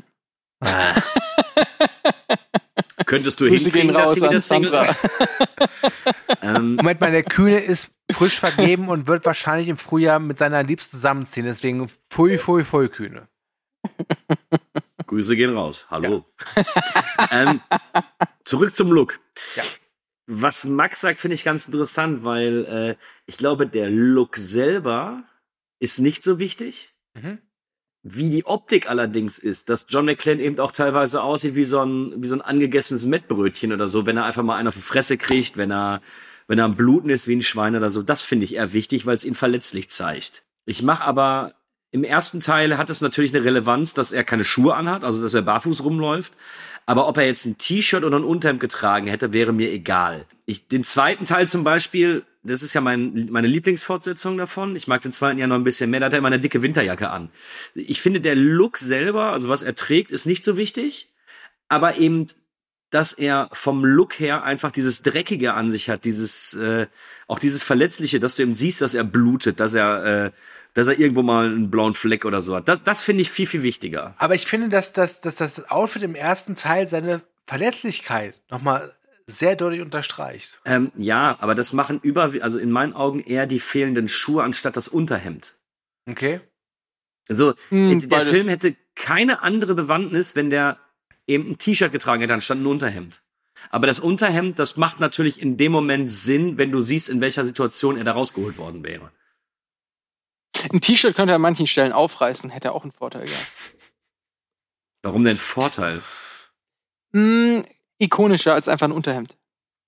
Könntest du Grüße hinkriegen, gehen dass raus sie wieder an Single Sandra. ähm, Moment mal, der Kühne ist frisch vergeben und wird wahrscheinlich im Frühjahr mit seiner Liebsten zusammenziehen. Deswegen pfui, pfui, pfui, Kühne. Grüße gehen raus. Hallo. Ja. ähm, zurück zum Look. Ja. Was Max sagt, finde ich ganz interessant, weil äh, ich glaube, der Look selber ist nicht so wichtig. Mhm. Wie die Optik allerdings ist, dass John McClane eben auch teilweise aussieht wie so ein, wie so ein angegessenes Mettbrötchen oder so, wenn er einfach mal einen auf die Fresse kriegt, wenn er, wenn er am Bluten ist wie ein Schwein oder so. Das finde ich eher wichtig, weil es ihn verletzlich zeigt. Ich mache aber, im ersten Teil hat es natürlich eine Relevanz, dass er keine Schuhe anhat, also dass er barfuß rumläuft. Aber ob er jetzt ein T-Shirt oder ein Unterhemd getragen hätte, wäre mir egal. Ich, den zweiten Teil zum Beispiel, das ist ja mein, meine Lieblingsfortsetzung davon. Ich mag den zweiten ja noch ein bisschen mehr. Da hat er immer eine dicke Winterjacke an. Ich finde, der Look selber, also was er trägt, ist nicht so wichtig. Aber eben, dass er vom Look her einfach dieses Dreckige an sich hat, dieses, äh, auch dieses Verletzliche, dass du eben siehst, dass er blutet, dass er, äh, dass er irgendwo mal einen blauen Fleck oder so hat. Das, das finde ich viel, viel wichtiger. Aber ich finde, dass, dass, dass das Outfit im ersten Teil seine Verletzlichkeit nochmal sehr deutlich unterstreicht. Ähm, ja, aber das machen über, also in meinen Augen eher die fehlenden Schuhe anstatt das Unterhemd. Okay. Also Hm, der beides. Film hätte keine andere Bewandtnis, wenn der eben ein T-Shirt getragen hätte anstatt ein Unterhemd. Aber das Unterhemd, das macht natürlich in dem Moment Sinn, wenn du siehst, in welcher Situation er da rausgeholt worden wäre. Ein T-Shirt könnte er an manchen Stellen aufreißen, hätte auch einen Vorteil gehabt. Warum denn Vorteil? Hm, ikonischer als einfach ein Unterhemd.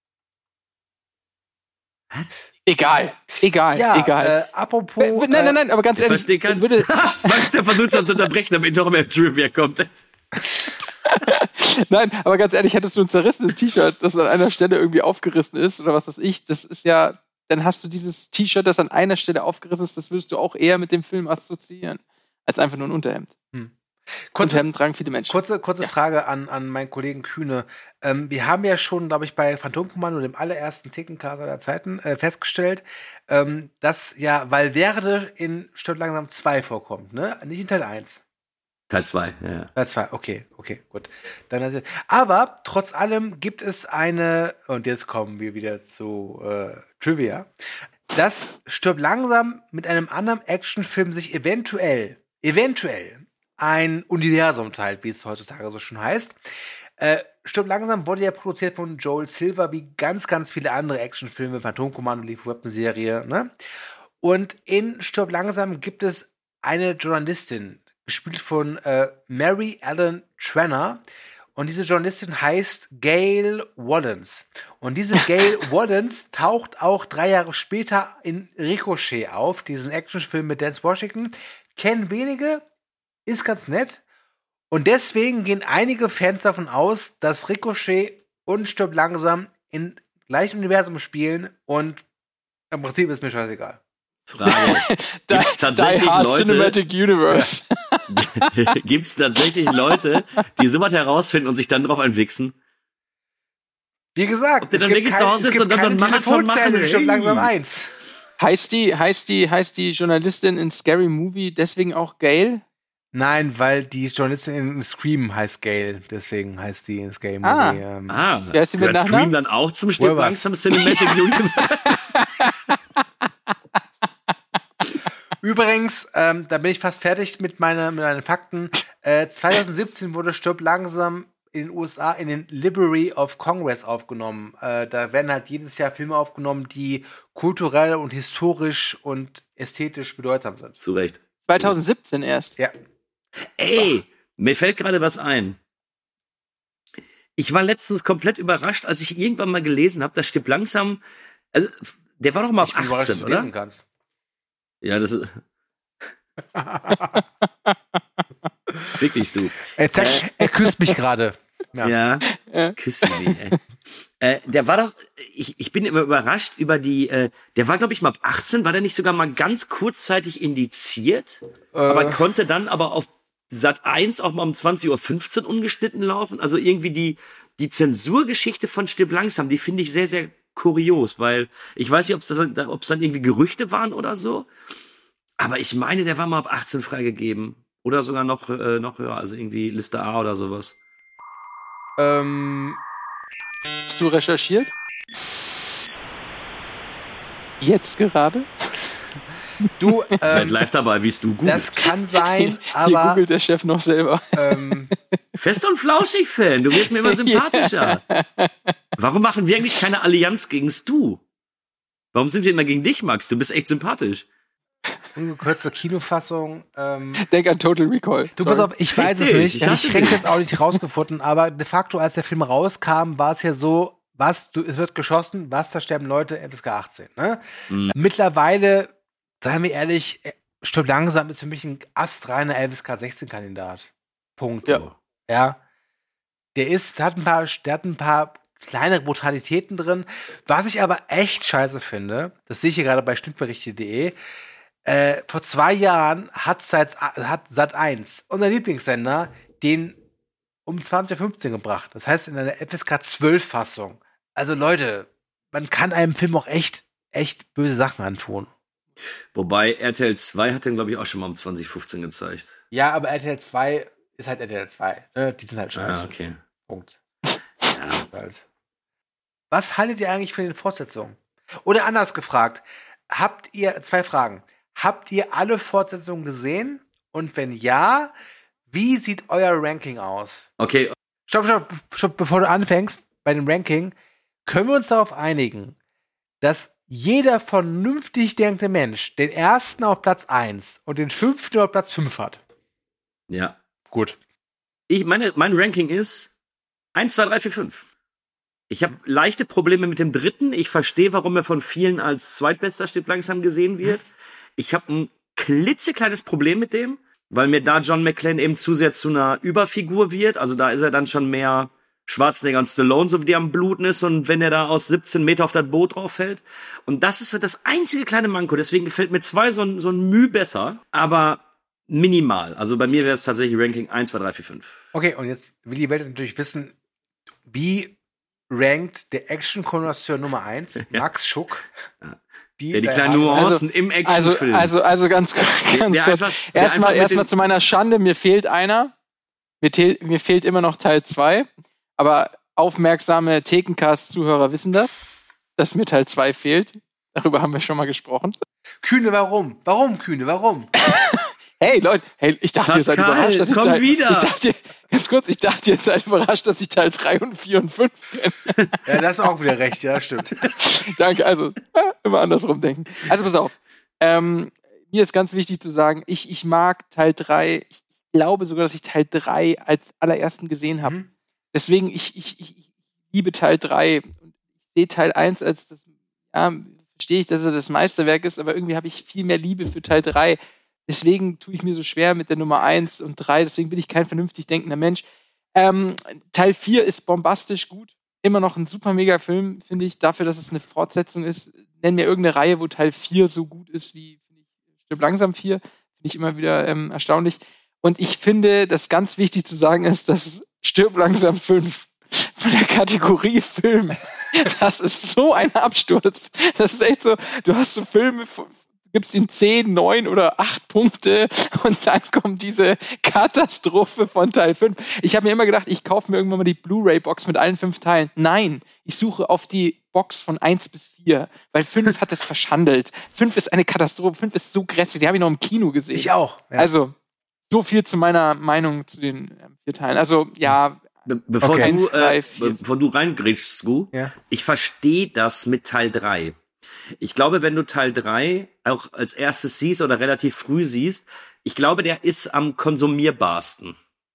Was? Egal, egal, Ja, egal. Äh, apropos. Äh, nein, nein, nein, aber ganz Ich ehrlich. verstehe keinen. Würde, Max, der versucht schon zu unterbrechen, damit noch mehr Trivia kommt. Nein, aber ganz ehrlich, hättest du ein zerrissenes T-Shirt, das an einer Stelle irgendwie aufgerissen ist oder was weiß ich, das ist ja, dann hast du dieses T-Shirt, das an einer Stelle aufgerissen ist, das würdest du auch eher mit dem Film assoziieren, als einfach nur ein Unterhemd. Hm. Kurze, Unterhemden tragen viele Menschen. Kurze, kurze Ja. Frage an, an meinen Kollegen Kühne. Ähm, wir haben ja schon, glaube ich, bei Phantomkommando, dem allerersten Tickenkater der Zeiten, äh, festgestellt, ähm, dass ja Valverde in Stirb langsam zwei vorkommt, ne? Nicht in Teil eins. Teil zwei, ja. Teil zwei, okay, okay, gut. Dann, also, aber trotz allem gibt es eine, und jetzt kommen wir wieder zu äh, Trivia, dass Stirb langsam mit einem anderen Actionfilm sich eventuell, eventuell ein Universum teilt, wie es heutzutage so schon heißt. Äh, Stirb langsam wurde ja produziert von Joel Silver, wie ganz, ganz viele andere Actionfilme, Phantomkommando, Lethal Weapon Serie, ne? Und in Stirb langsam gibt es eine Journalistin, gespielt von äh, Mary Ellen Trenner. Und diese Journalistin heißt Gail Wallace. Und diese Gail Wallace taucht auch drei Jahre später in Ricochet auf, diesen Actionfilm mit Denzel Washington. Kennen wenige, ist ganz nett. Und deswegen gehen einige Fans davon aus, dass Ricochet und Stirb langsam im gleichen Universum spielen. Und im Prinzip ist mir scheißegal. Frage. Gibt's tatsächlich Die Hard Leute, Cinematic Universe. gibt's tatsächlich Leute, die sowas herausfinden und sich dann drauf einwichsen? Wie gesagt, Ob der dann wirklich zu Hause sitzt und dann so einen Marathon machen? Stirb Hey. langsam eins. Heißt die, heißt die, heißt die Journalistin in Scary Movie deswegen auch Gail? Nein, weil die Journalistin in Scream heißt Gail, deswegen heißt die in Scary Ah. Movie. Ähm, Ah, Wer ist die mit gehört Scream Nachnamen? dann auch zum Stück Wohl was. langsam Cinematic Universe? Übrigens, ähm, da bin ich fast fertig mit, meine, mit meinen Fakten. Äh, zwanzig siebzehn wurde Stirb langsam in den U S A in den Library of Congress aufgenommen. Äh, da werden halt jedes Jahr Filme aufgenommen, die kulturell und historisch und ästhetisch bedeutsam sind. Zu Recht. zwanzig siebzehn erst. Ja. Ey, mir fällt gerade was ein. Ich war letztens komplett überrascht, als ich irgendwann mal gelesen habe, dass Stirb langsam, also der war doch mal Ich ab bin überrascht, achtzehn, dass du oder? lesen kannst. Ja, das ist. Wirklich, du. Er, zeigt, er küsst mich gerade. Ja. Ja, Ja. küssen mich, ey. äh, der war doch, ich, ich bin immer überrascht über die, äh, der war, glaube ich, mal ab achtzehn, war der nicht sogar mal ganz kurzzeitig indiziert, Äh. aber konnte dann aber auf Sat eins auch mal um zwanzig Uhr fünfzehn ungeschnitten laufen. Also irgendwie die, die Zensurgeschichte von Stirb langsam, die finde ich sehr, sehr kurios, weil ich weiß nicht, ob es ob es dann irgendwie Gerüchte waren oder so, aber ich meine, der war mal ab achtzehn freigegeben oder sogar noch, äh, noch höher, also irgendwie Liste A oder sowas. Ähm, Hast du recherchiert? Jetzt gerade? Du, ähm, seid live dabei, wie es du googelt. Das kann sein, aber... Hier googelt der Chef noch selber. Ähm, Fest und Flauschig-Fan, du wirst mir immer sympathischer. Ja. Warum machen wir eigentlich keine Allianz gegen Stu? Warum sind wir immer gegen dich, Max? Du bist echt sympathisch. Ungekürzte Kinofassung. Ähm, Denk an Total Recall. Du, pass auf, ich weiß es nicht. Ich, ich ich krieg's jetzt auch nicht rausgefunden, aber de facto, als der Film rauskam, war es ja so, was, du, es wird geschossen, was, da sterben Leute, F S K achtzehn. Ne? Mhm. Mittlerweile, seien wir ehrlich, Stirb langsam ist für mich ein astreiner F S K sechzehn-Kandidat. Punkt. Ja. ja. Der ist, der hat ein paar, der hat ein paar kleinere Brutalitäten drin. Was ich aber echt scheiße finde, das sehe ich hier gerade bei Schnittberichte punkt de, Äh, vor zwei Jahren hat Sat eins, unser Lieblingssender, den um zwanzig fünfzehn gebracht. Das heißt in einer F S K zwölf Fassung. Also Leute, man kann einem Film auch echt, echt böse Sachen antun. Wobei R T L zwei hat den, glaube ich, auch schon mal um zwanzig fünfzehn gezeigt. Ja, aber R T L zwei ist halt R T L zwei. Ne? Die sind halt scheiße. Ah, okay. Punkt. Ja. Halt. Was haltet ihr eigentlich von den Fortsetzungen? Oder anders gefragt, habt ihr, zwei Fragen. Habt ihr alle Fortsetzungen gesehen? Und wenn ja, wie sieht euer Ranking aus? Okay. Stopp, stopp, stopp, bevor du anfängst bei dem Ranking, können wir uns darauf einigen, dass jeder vernünftig denkende Mensch den ersten auf Platz eins und den fünften auf Platz fünf hat? Ja. Gut. Ich meine, mein Ranking ist eins, zwei, drei, vier, fünf. Ich habe leichte Probleme mit dem dritten. Ich verstehe, warum er von vielen als zweitbester Stirb langsam gesehen wird. Mhm. Ich habe ein klitzekleines Problem mit dem, weil mir da John McClane eben zu sehr zu einer Überfigur wird. Also da ist er dann schon mehr Schwarzenegger und Stallone, so wie die am Bluten ist. Und wenn er da aus siebzehn Meter auf das Boot drauf fällt. Und das ist so das einzige kleine Manko. Deswegen gefällt mir zwei so ein, so ein Mühe besser. Aber minimal. Also bei mir wäre es tatsächlich Ranking eins, zwei, drei, vier, fünf. Okay, und jetzt will die Welt natürlich wissen, wie rankt der Action-Konnoisseur Nummer eins, Max Schuck. Ja. Die, ja, die kleinen Nuancen also, im Actionfilm. Also, also, also ganz, ganz der, der kurz. Erstmal erst zu meiner Schande, mir fehlt einer. Mir, te- mir fehlt immer noch Teil zwei. Aber aufmerksame Thekencast-Zuhörer wissen das, dass mir Teil zwei fehlt. Darüber haben wir schon mal gesprochen. Kühne, warum? Warum, Kühne, warum? Hey, Leute, hey, ich dachte, Pascal, ihr seid überrascht, dass ich komm Teil, wieder. Ich dachte, ganz kurz, ich dachte, ihr seid überrascht, dass ich Teil drei und vier und fünf kenne. Ja, das ist auch wieder recht, ja, stimmt. Danke, also, immer andersrum denken. Also, pass auf. Ähm, mir ist ganz wichtig zu sagen, ich, ich mag Teil drei, ich glaube sogar, dass ich Teil drei als allerersten gesehen habe. Mhm. Deswegen, ich, ich, ich liebe Teil drei und ich sehe Teil eins als das, ja, verstehe ich, dass er das Meisterwerk ist, aber irgendwie habe ich viel mehr Liebe für Teil drei. Deswegen tue ich mir so schwer mit der Nummer eins und drei, deswegen bin ich kein vernünftig denkender Mensch. Ähm, Teil vier ist bombastisch gut. Immer noch ein super mega Film, finde ich, dafür, dass es eine Fortsetzung ist. Nenn mir irgendeine Reihe, wo Teil vier so gut ist wie Stirb langsam vier. Finde ich immer wieder ähm, erstaunlich. Und ich finde, dass ganz wichtig zu sagen ist, dass Stirb langsam fünf von der Kategorie Film, das ist so ein Absturz. Das ist echt so, du hast so Filme, gibst ihnen zehn, neun oder acht Punkte und dann kommt diese Katastrophe von Teil fünf. Ich habe mir immer gedacht, ich kaufe mir irgendwann mal die Blu-ray-Box mit allen fünf Teilen. Nein, ich suche auf die Box von eins bis vier, weil fünf hat es verschandelt. fünf ist eine Katastrophe, fünf ist so grässlich, die habe ich noch im Kino gesehen. Ich auch. Ja. Also, so viel zu meiner Meinung zu den äh, vier Teilen. Also, ja, Be- bevor, okay. du, eins, drei, äh, vier. bevor du reingrätschst, Sku, Ja. ich verstehe das mit Teil drei. Ich glaube, wenn du Teil drei auch als erstes siehst oder relativ früh siehst, ich glaube, der ist am konsumierbarsten.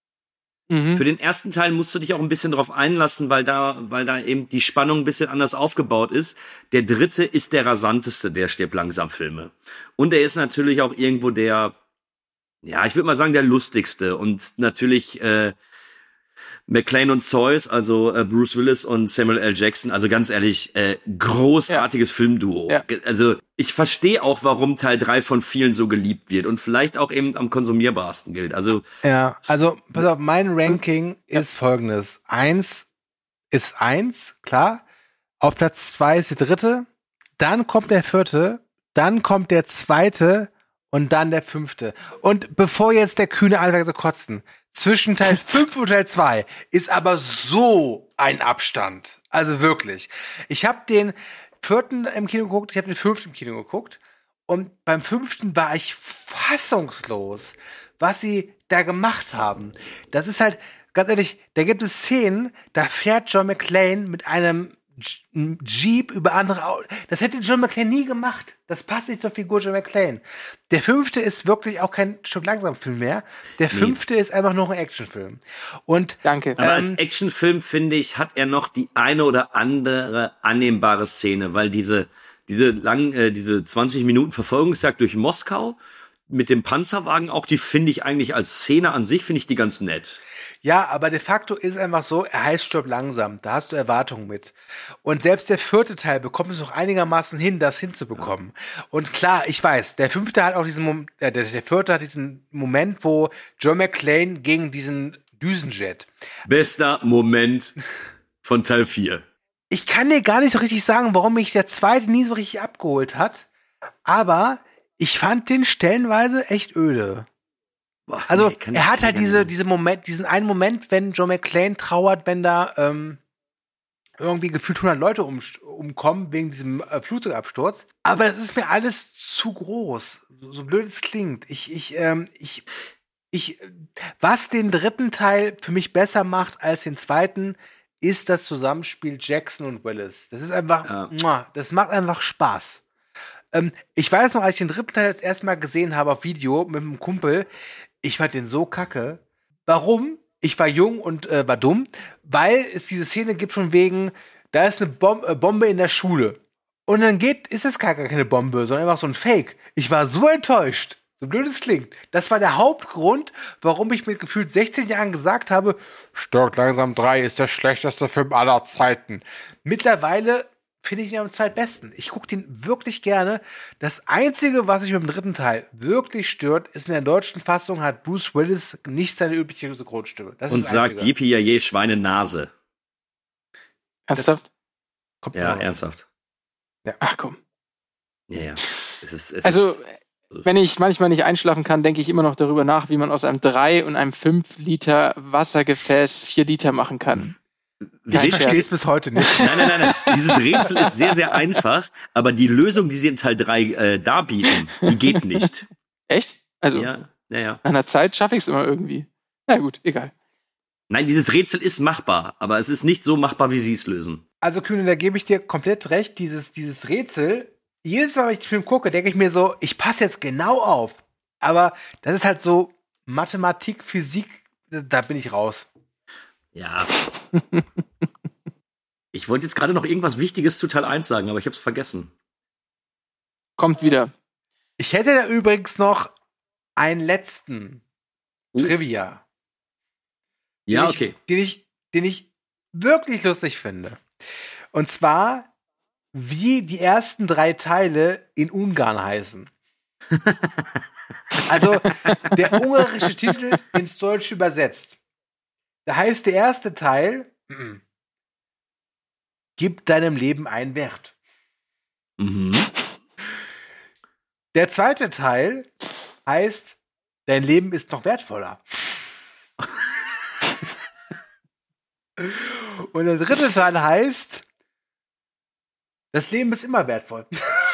Mhm. Für den ersten Teil musst du dich auch ein bisschen drauf einlassen, weil da, weil da eben die Spannung ein bisschen anders aufgebaut ist. Der dritte ist der rasanteste der Stirb langsam Filme. Und er ist natürlich auch irgendwo der, ja, ich würde mal sagen, der lustigste. Und natürlich, äh, McClane und Zeus, also äh, Bruce Willis und Samuel L. Jackson, also ganz ehrlich, äh, großartiges ja. Filmduo. Ja. Also ich verstehe auch, warum Teil drei von vielen so geliebt wird und vielleicht auch eben am konsumierbarsten gilt. Also ja, also pass auf, mein Ranking ja. ist folgendes. Eins ist eins, klar. Auf Platz zwei ist der dritte, dann kommt der vierte, dann kommt der zweite und dann der fünfte. Und bevor jetzt der Kühne anfängt zu kotzen, zwischen Teil fünf und Teil zwei ist aber so ein Abstand. Also wirklich. Ich habe den vierten im Kino geguckt, ich habe den fünften im Kino geguckt. Und beim fünften war ich fassungslos, was sie da gemacht haben. Das ist halt, ganz ehrlich, da gibt es Szenen, da fährt John McClane mit einem Jeep über andere Autos. Das hätte John McClane nie gemacht. Das passt nicht zur Figur John McClane. Der fünfte ist wirklich auch kein Stück langsam Film mehr. Der fünfte nee. ist einfach noch ein Actionfilm. Und danke. Aber ähm, als Actionfilm, finde ich, hat er noch die eine oder andere annehmbare Szene, weil diese diese lang äh, diese zwanzig Minuten Verfolgungsjagd durch Moskau mit dem Panzerwagen auch, die finde ich eigentlich als Szene an sich, finde ich die ganz nett. Ja, aber de facto ist einfach so, er heißt Stirb langsam. Da hast du Erwartungen mit. Und selbst der vierte Teil bekommt es noch einigermaßen hin, das hinzubekommen. Ja. Und klar, ich weiß, der fünfte hat auch diesen Moment, äh, der, der vierte hat diesen Moment, wo John McClane gegen diesen Düsenjet. Bester Moment von Teil vier. Ich kann dir gar nicht so richtig sagen, warum mich der zweite nie so richtig abgeholt hat. Aber ich fand den stellenweise echt öde. Boah, also nee, er hat halt diese, diese Moment, diesen einen Moment, wenn John McClane trauert, wenn da ähm, irgendwie gefühlt hundert Leute um, umkommen wegen diesem äh, Flugzeugabsturz. Aber das ist mir alles zu groß. So, so blöd es klingt. Ich, ich, ähm, ich, ich, was den dritten Teil für mich besser macht als den zweiten, ist das Zusammenspiel Jackson und Willis. Das ist einfach, ja. das macht einfach Spaß. Ähm, ich weiß noch, als ich den dritten Teil das erste Mal gesehen habe auf Video mit einem Kumpel, ich fand den so kacke. Warum? Ich war jung und äh, war dumm, weil es diese Szene gibt von wegen, da ist eine Bom- äh, Bombe in der Schule. Und dann geht, ist es gar keine Bombe, sondern einfach so ein Fake. Ich war so enttäuscht. So blöd es klingt. Das war der Hauptgrund, warum ich mit gefühlt sechzehn Jahren gesagt habe, Stirb langsam drei ist der schlechteste Film aller Zeiten. Mittlerweile finde ich ihn am zweitbesten. Ich gucke den wirklich gerne. Das Einzige, was mich mit dem dritten Teil wirklich stört, ist, in der deutschen Fassung hat Bruce Willis nicht seine übliche Synchronstimme. Das und ist sagt Yippie-Yay Schweinenase. Ernsthaft? Kommt ja, ernsthaft. Ja. Ach komm. Ja, ja. Es ist, es also, ist, wenn ich manchmal nicht einschlafen kann, denke ich immer noch darüber nach, wie man aus einem drei und einem fünf Liter Wassergefäß vier Liter machen kann. Ich verstehe es bis heute nicht. Nein, nein, nein, nein. Dieses Rätsel ist sehr, sehr einfach, aber die Lösung, die sie in Teil drei äh, darbieten, die geht nicht. Echt? Also, ja, ja, ja. Nach einer Zeit schaffe ich es immer irgendwie. Na gut, egal. Nein, dieses Rätsel ist machbar, aber es ist nicht so machbar, wie sie es lösen. Also, Kühne, da gebe ich dir komplett recht. Dieses, dieses Rätsel, jedes Mal, wenn ich den Film gucke, denke ich mir so, ich passe jetzt genau auf. Aber das ist halt so Mathematik, Physik, da bin ich raus. Ja. Ich wollte jetzt gerade noch irgendwas Wichtiges zu Teil eins sagen, aber ich habe es vergessen. Kommt wieder. Ich hätte da übrigens noch einen letzten uh. Trivia. Ja, den okay. Ich, den, ich, den ich wirklich lustig finde. Und zwar, wie die ersten drei Teile in Ungarn heißen. Also, der ungarische Titel ins Deutsche übersetzt. Da heißt der erste Teil, mm, gib deinem Leben einen Wert. Mhm. Der zweite Teil heißt, dein Leben ist noch wertvoller. Und der dritte Teil heißt, das Leben ist immer wertvoll.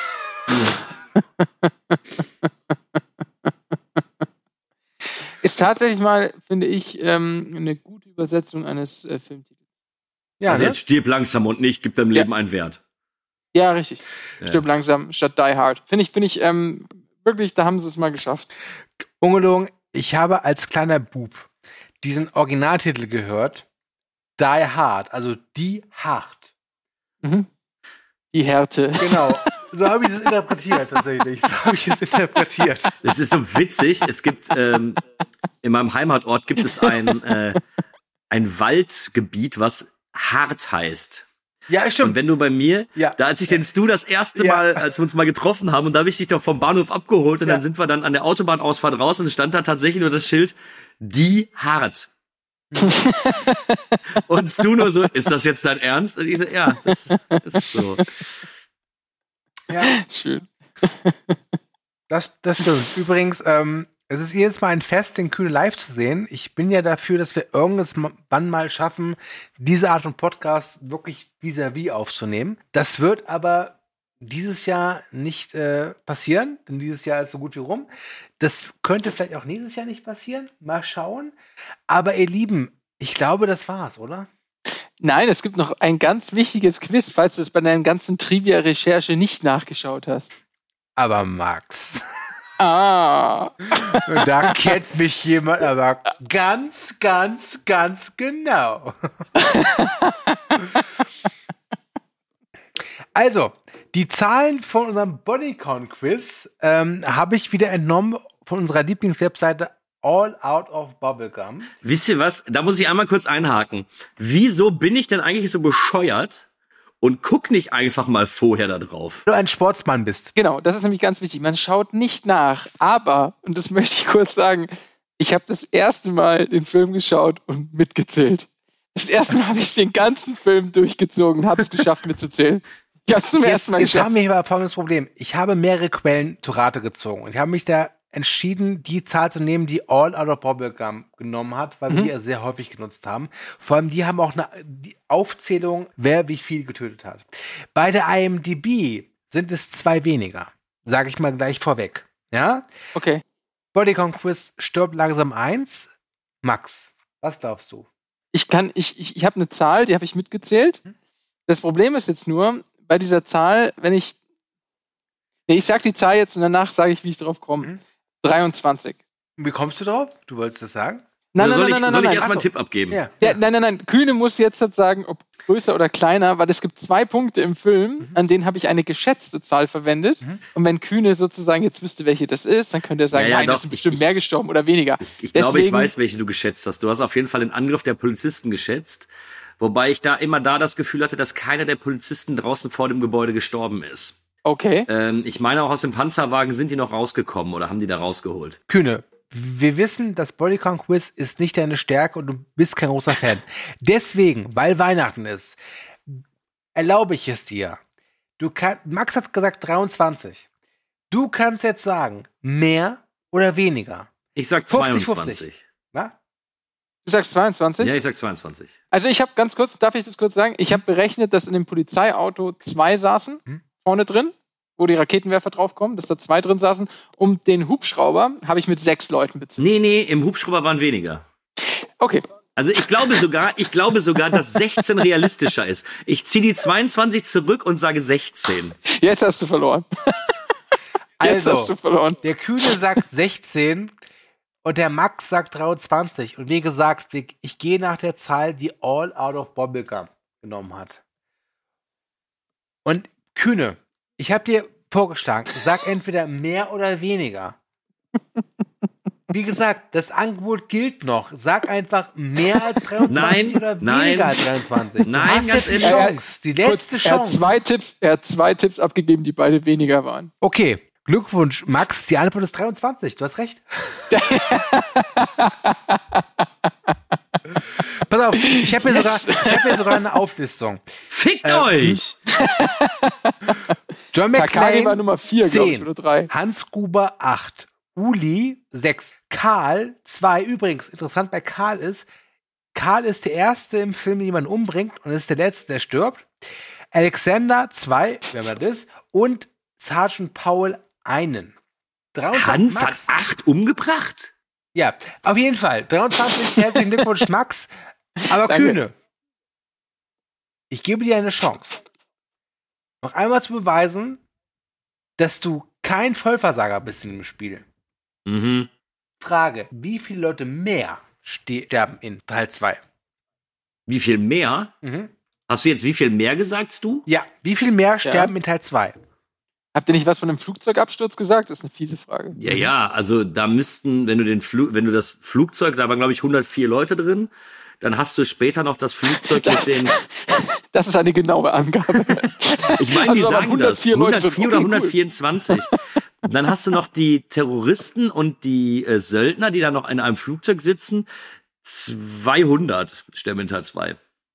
Ist tatsächlich mal, finde ich, ähm, eine gute Übersetzung eines äh, Filmtitels. Ja, also ne? Jetzt stirb langsam und nicht, gib deinem Leben ja. einen Wert. Ja, richtig. Ja. Stirb langsam statt Die Hard. Finde ich, finde ich, ähm, wirklich, da haben sie es mal geschafft. Ungelogen, ich habe als kleiner Bub diesen Originaltitel gehört, Die Hard, also die Hart. Mhm. Die Härte. Genau. So habe ich es interpretiert, tatsächlich. So habe ich es interpretiert. Das ist so witzig. Es gibt, ähm, in meinem Heimatort gibt es ein, äh, ein Waldgebiet, was Hart heißt. Ja, stimmt. Und wenn du bei mir, ja. da als ich den Stu das erste ja. Mal, als wir uns mal getroffen haben, und da habe ich dich doch vom Bahnhof abgeholt, und ja. dann sind wir dann an der Autobahnausfahrt raus, und es stand da tatsächlich nur das Schild, die Hart. Und Stu nur so, ist das jetzt dein Ernst? Und ich so, ja, das ist so. Ja, schön. Das, das stimmt. Übrigens, ähm, es ist jedes Mal ein Fest, den Kühne live zu sehen. Ich bin ja dafür, dass wir irgendwann mal schaffen, diese Art von Podcast wirklich vis-à-vis aufzunehmen. Das wird aber dieses Jahr nicht äh, passieren, denn dieses Jahr ist so gut wie rum. Das könnte vielleicht auch nächstes Jahr nicht passieren. Mal schauen. Aber ihr Lieben, ich glaube, das war's, oder? Nein, es gibt noch ein ganz wichtiges Quiz, falls du es bei deiner ganzen Trivia-Recherche nicht nachgeschaut hast. Aber Max. Ah. Da kennt mich jemand aber ganz, ganz, ganz genau. Also, die Zahlen von unserem Bodycount-Quiz ähm, habe ich wieder entnommen von unserer Lieblingswebseite All Out of Bubblegum. Wisst ihr was? Da muss ich einmal kurz einhaken. Wieso bin ich denn eigentlich so bescheuert und guck nicht einfach mal vorher da drauf? Wenn du ein Sportsmann bist. Genau, das ist nämlich ganz wichtig. Man schaut nicht nach, aber, und das möchte ich kurz sagen, ich habe das erste Mal den Film geschaut und mitgezählt. Das erste Mal habe ich den ganzen Film durchgezogen und habe es geschafft mitzuzählen. Ich habe es zum jetzt, ersten Mal jetzt geschafft. haben wir aber folgendes Problem. Ich habe mehrere Quellen zu Rate gezogen und ich habe mich da entschieden, die Zahl zu nehmen, die All Out of Bubblegum genommen hat, weil Mhm. wir die sehr häufig genutzt haben. Vor allem, die haben auch eine die Aufzählung, wer wie viel getötet hat. Bei der I M D B sind es zwei weniger. Sage ich mal gleich vorweg. Ja? Okay. Bodycount Quiz stirbt langsam eins. Max, was glaubst du? Ich kann, ich, ich, ich habe eine Zahl, die habe ich mitgezählt. Das Problem ist jetzt nur, bei dieser Zahl, wenn ich, nee, ich sag die Zahl jetzt und danach sage ich, wie ich drauf komme. Mhm. dreiundzwanzig. Wie kommst du drauf? Du wolltest das sagen? Nein, Oder nein, soll nein, ich, nein, soll nein, ich nein. erstmal einen Achso. Tipp abgeben? Ja. Ja, nein, nein, nein. Kühne muss jetzt halt sagen, ob größer oder kleiner, weil es gibt zwei Punkte im Film, Mhm. an denen habe ich eine geschätzte Zahl verwendet. Mhm. Und wenn Kühne sozusagen jetzt wüsste, welche das ist, dann könnte er sagen, Ja, ja, nein, doch, das sind bestimmt ich- mehr gestorben oder weniger. Ich, ich glaube, ich Deswegen- weiß, welche du geschätzt hast. Du hast auf jeden Fall den Angriff der Polizisten geschätzt. Wobei ich da immer da das Gefühl hatte, dass keiner der Polizisten draußen vor dem Gebäude gestorben ist. Okay. Ähm, ich meine, auch aus dem Panzerwagen sind die noch rausgekommen oder haben die da rausgeholt? Kühne, wir wissen, das Bodycount Quiz ist nicht deine Stärke und du bist kein großer Fan. Deswegen, weil Weihnachten ist, erlaube ich es dir. Du kann, Max hat gesagt dreiundzwanzig. Du kannst jetzt sagen, mehr oder weniger. Ich sag fünfzig, zweiundzwanzig. fünfzig. Was? Du sagst zweiundzwanzig? Ja, ich sag zweiundzwanzig. Also ich habe ganz kurz, darf ich das kurz sagen? Ich habe berechnet, dass in dem Polizeiauto zwei saßen, Hm? vorne drin, wo die Raketenwerfer draufkommen, dass da zwei drin saßen. Und den Hubschrauber habe ich mit sechs Leuten bezahlt. Nee, nee, im Hubschrauber waren weniger. Okay. Also ich glaube sogar, ich glaube sogar, dass sechzehn realistischer ist. Ich ziehe die zweiundzwanzig zurück und sage sechzehn. Jetzt hast du verloren. Jetzt Also, hast du verloren. der Kühne sagt sechzehn und der Max sagt dreiundzwanzig. Und wie gesagt, wir- ich gehe nach der Zahl, die All Out of Bubblegum genommen hat. Und Kühne, ich habe dir vorgeschlagen, sag entweder mehr oder weniger. Wie gesagt, das Angebot gilt noch. Sag einfach mehr als dreiundzwanzig Nein, oder nein. weniger als dreiundzwanzig. Du Nein, hast ganz jetzt die ehrlich. Chance, die letzte Kurz, er hat Chance. zwei Tipps, er hat zwei Tipps abgegeben, die beide weniger waren. Okay, Glückwunsch, Max. Die Antwort ist dreiundzwanzig. Du hast recht. Pass auf, ich habe hier, Yes. sogar- ich hab hier sogar eine Auflistung. Fickt Äh, euch! John Takagi McClane war Nummer vier, glaube ich, zehn. oder drei. Hans Gruber acht. Uli sechs. Karl zwei. Übrigens, interessant bei Karl ist, Karl ist der Erste im Film, den jemand umbringt und ist der Letzte, der stirbt. Alexander zwei, wer war das? Und Sergeant Paul einen. dreiundzwanzig, Hans Max. hat acht umgebracht? Ja, auf jeden Fall. dreiundzwanzig, herzlichen Glückwunsch, Max. Aber Danke. Kühne, ich gebe dir eine Chance, noch einmal zu beweisen, dass du kein Vollversager bist in dem Spiel. Mhm. Frage, wie viele Leute mehr ste- sterben in Teil zwei? Wie viel mehr? Mhm. Hast du jetzt wie viel mehr gesagt, du? Ja, wie viel mehr sterben in Teil zwei? Habt ihr nicht was von einem Flugzeugabsturz gesagt? Das ist eine fiese Frage. Ja, ja, also da müssten, wenn du den Flu wenn du das Flugzeug, da waren glaube ich hundertvier Leute drin, dann hast du später noch das Flugzeug mit den, Das ist eine genaue Angabe. ich meine, die Also, aber sagen das, hundertvier Leute. hundertvier Okay, oder cool. hundertvierundzwanzig. Dann hast du noch die Terroristen und die äh, Söldner, die da noch in einem Flugzeug sitzen. zweihundert sterben in Teil zwei.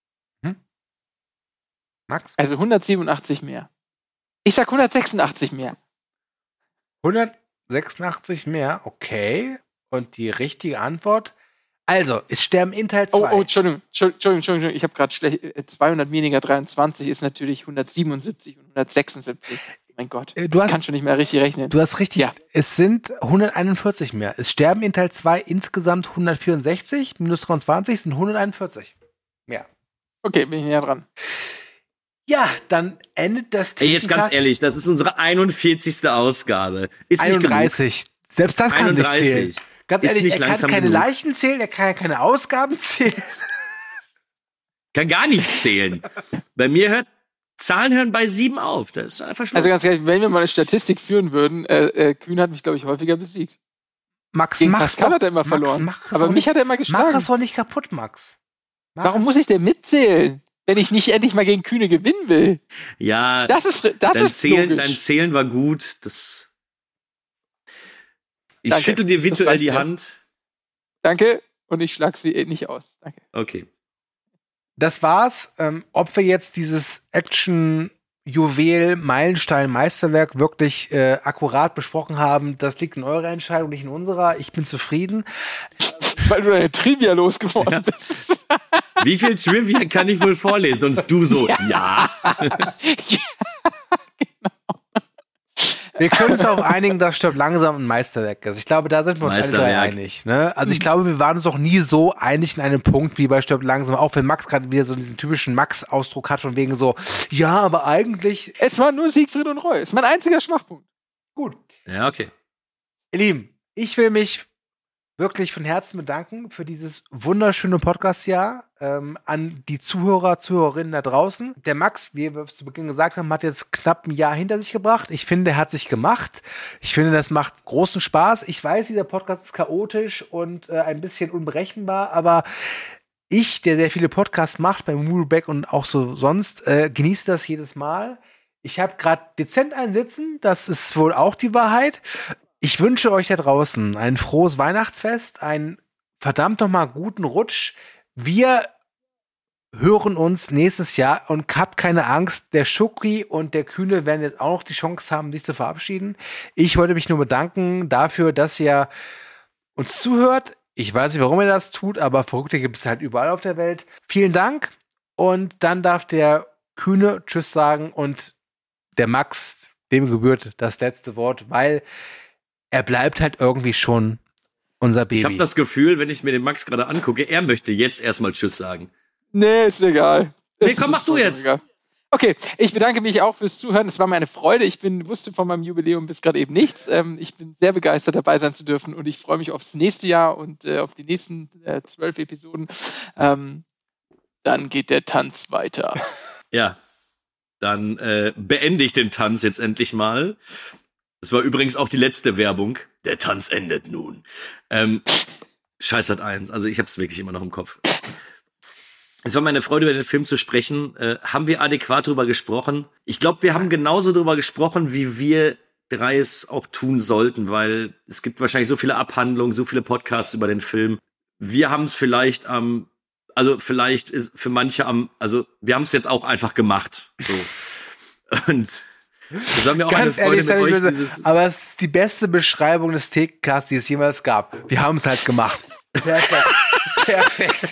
Max? Also hundertsiebenundachtzig mehr. Ich sag hundertsechsundachtzig mehr. hundertsechsundachtzig mehr, okay. Und die richtige Antwort, Also, es sterben in Teil Oh, zwei. oh, Entschuldigung, Entschuldigung, Entschuldigung, ich habe gerade schlecht. äh, zweihundert weniger dreiundzwanzig ist natürlich hundertsiebenundsiebzig und hundertsechsundsiebzig. Mein Gott, Äh, du ich hast- kann schon nicht mehr richtig rechnen. Du hast richtig, Ja. es sind hunderteinundvierzig mehr. Es sterben in Teil zwei insgesamt hundertvierundsechzig, minus dreiundzwanzig sind hunderteinundvierzig mehr. Okay, bin ich näher dran. Ja, dann endet das Ey, jetzt ganz Thekencast- ehrlich, das ist unsere einundvierzigste Ausgabe. Ist nicht genug. einunddreißig. Selbst das kann nicht zählen. einunddreißig. Ganz Ist ehrlich, nicht er kann langsam keine genug. Leichen zählen, er kann ja keine Ausgaben zählen. Kann gar nicht zählen. Bei mir hört, Zahlen hören bei sieben auf. Das ist einfach Schluss. Also ganz ehrlich, wenn wir mal eine Statistik führen würden, äh, äh, Kühn hat mich, glaube ich, häufiger besiegt. Max, Gegen mach's Pascal doch. hat er immer Max, verloren. mach es Aber doch mich nicht- hat er immer geschlagen. Mach es doch nicht kaputt, Max. Mach Warum es- muss ich denn mitzählen, wenn ich nicht endlich mal gegen Kühne gewinnen will? ja, Das ist, das dein, ist Zählen, logisch. dein Zählen war gut. Das ich Danke. schüttel dir Das virtuell reicht die mir. Hand. Danke, und ich schlag sie eh nicht aus. Danke. Okay. Das war's. Ähm, ob wir jetzt dieses Action-Juwel, Meilenstein, Meisterwerk wirklich äh, akkurat besprochen haben, das liegt in eurer Entscheidung, nicht in unserer. Ich bin zufrieden. Weil du deine Trivia losgeworden bist. Wie viel Trivia kann ich wohl vorlesen? Und du so, ja. Wir können uns darauf einigen, dass Stirb langsam ein Meisterwerk ist. Ich glaube, da sind wir uns alle drei Meisterwerk. einig. Ne? Also ich glaube, wir waren uns auch nie so einig in einem Punkt wie bei Stirb langsam, auch wenn Max gerade wieder so diesen typischen Max-Ausdruck hat, von wegen so, ja, aber eigentlich... Es war nur Siegfried und Roy. Ist mein einziger Schwachpunkt. Gut. Ja, okay. Ihr Lieben, ich will mich wirklich von Herzen bedanken für dieses wunderschöne Podcast-Jahr ähm, an die Zuhörer, Zuhörerinnen da draußen. Der Max, wie wir zu Beginn gesagt haben, hat jetzt knapp ein Jahr hinter sich gebracht. Ich finde, er hat sich gemacht. Ich finde, das macht großen Spaß. Ich weiß, dieser Podcast ist chaotisch und äh, ein bisschen unberechenbar, aber ich, der sehr viele Podcasts macht, beim Movieback und auch so sonst, äh, genieße das jedes Mal. Ich habe gerade dezent einen sitzen, das ist wohl auch die Wahrheit. Ich wünsche euch da draußen ein frohes Weihnachtsfest, einen verdammt nochmal guten Rutsch. Wir hören uns nächstes Jahr und habt keine Angst, der Schukri und der Kühne werden jetzt auch noch die Chance haben, sich zu verabschieden. Ich wollte mich nur bedanken dafür, dass ihr uns zuhört. Ich weiß nicht, warum ihr das tut, aber Verrückte gibt es halt überall auf der Welt. Vielen Dank und dann darf der Kühne Tschüss sagen und der Max, dem gebührt das letzte Wort, weil er bleibt halt irgendwie schon unser Baby. Ich habe das Gefühl, wenn ich mir den Max gerade angucke, er möchte jetzt erstmal Tschüss sagen. Nee, ist egal. Nee, Es komm, ist mach du vollkommen jetzt. egal. Okay, ich bedanke mich auch fürs Zuhören. Es war mir eine Freude. Ich bin, wusste von meinem Jubiläum bis gerade eben nichts. Ähm, ich bin sehr begeistert, dabei sein zu dürfen und ich freue mich aufs nächste Jahr und äh, auf die nächsten äh, zwölf Episoden. Ähm, dann geht der Tanz weiter. Ja, dann äh, beende ich den Tanz jetzt endlich mal. Das war übrigens auch die letzte Werbung. Der Tanz endet nun. Ähm, Scheiß hat eins. Also ich habe es wirklich immer noch im Kopf. Es war meine Freude, über den Film zu sprechen. Äh, haben wir adäquat drüber gesprochen? Ich glaube, wir haben genauso drüber gesprochen, wie wir drei es auch tun sollten, weil es gibt wahrscheinlich so viele Abhandlungen, so viele Podcasts über den Film. Wir haben es vielleicht am, also vielleicht ist für manche am, also wir haben es jetzt auch einfach gemacht. So. Und das war mir auch Ganz eine Freude ehrlich, mit euch. ehrlich Dieses, aber es ist die beste Beschreibung des Thekencasts, die es jemals gab. Wir haben es halt gemacht. Perfekt. Perfekt.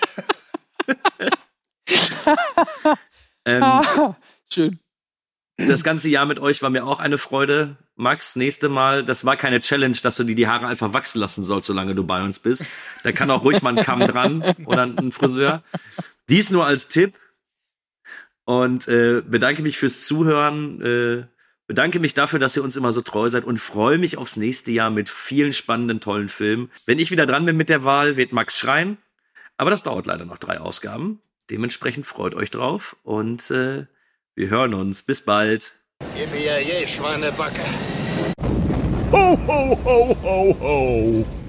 ähm, Schön. Das ganze Jahr mit euch war mir auch eine Freude. Max, nächste Mal, das war keine Challenge, dass du dir die Haare einfach wachsen lassen sollst, solange du bei uns bist. Da kann auch ruhig mal ein Kamm dran oder ein Friseur. Dies nur als Tipp. Und äh, bedanke mich fürs Zuhören. Äh, bedanke mich dafür, dass ihr uns immer so treu seid und freue mich aufs nächste Jahr mit vielen spannenden, tollen Filmen. Wenn ich wieder dran bin mit der Wahl, wird Max schreien. Aber das dauert leider noch drei Ausgaben. Dementsprechend freut euch drauf und äh, wir hören uns. Bis bald. Yippie-yay, Schweinebacke. Ho, ho, ho, ho, ho.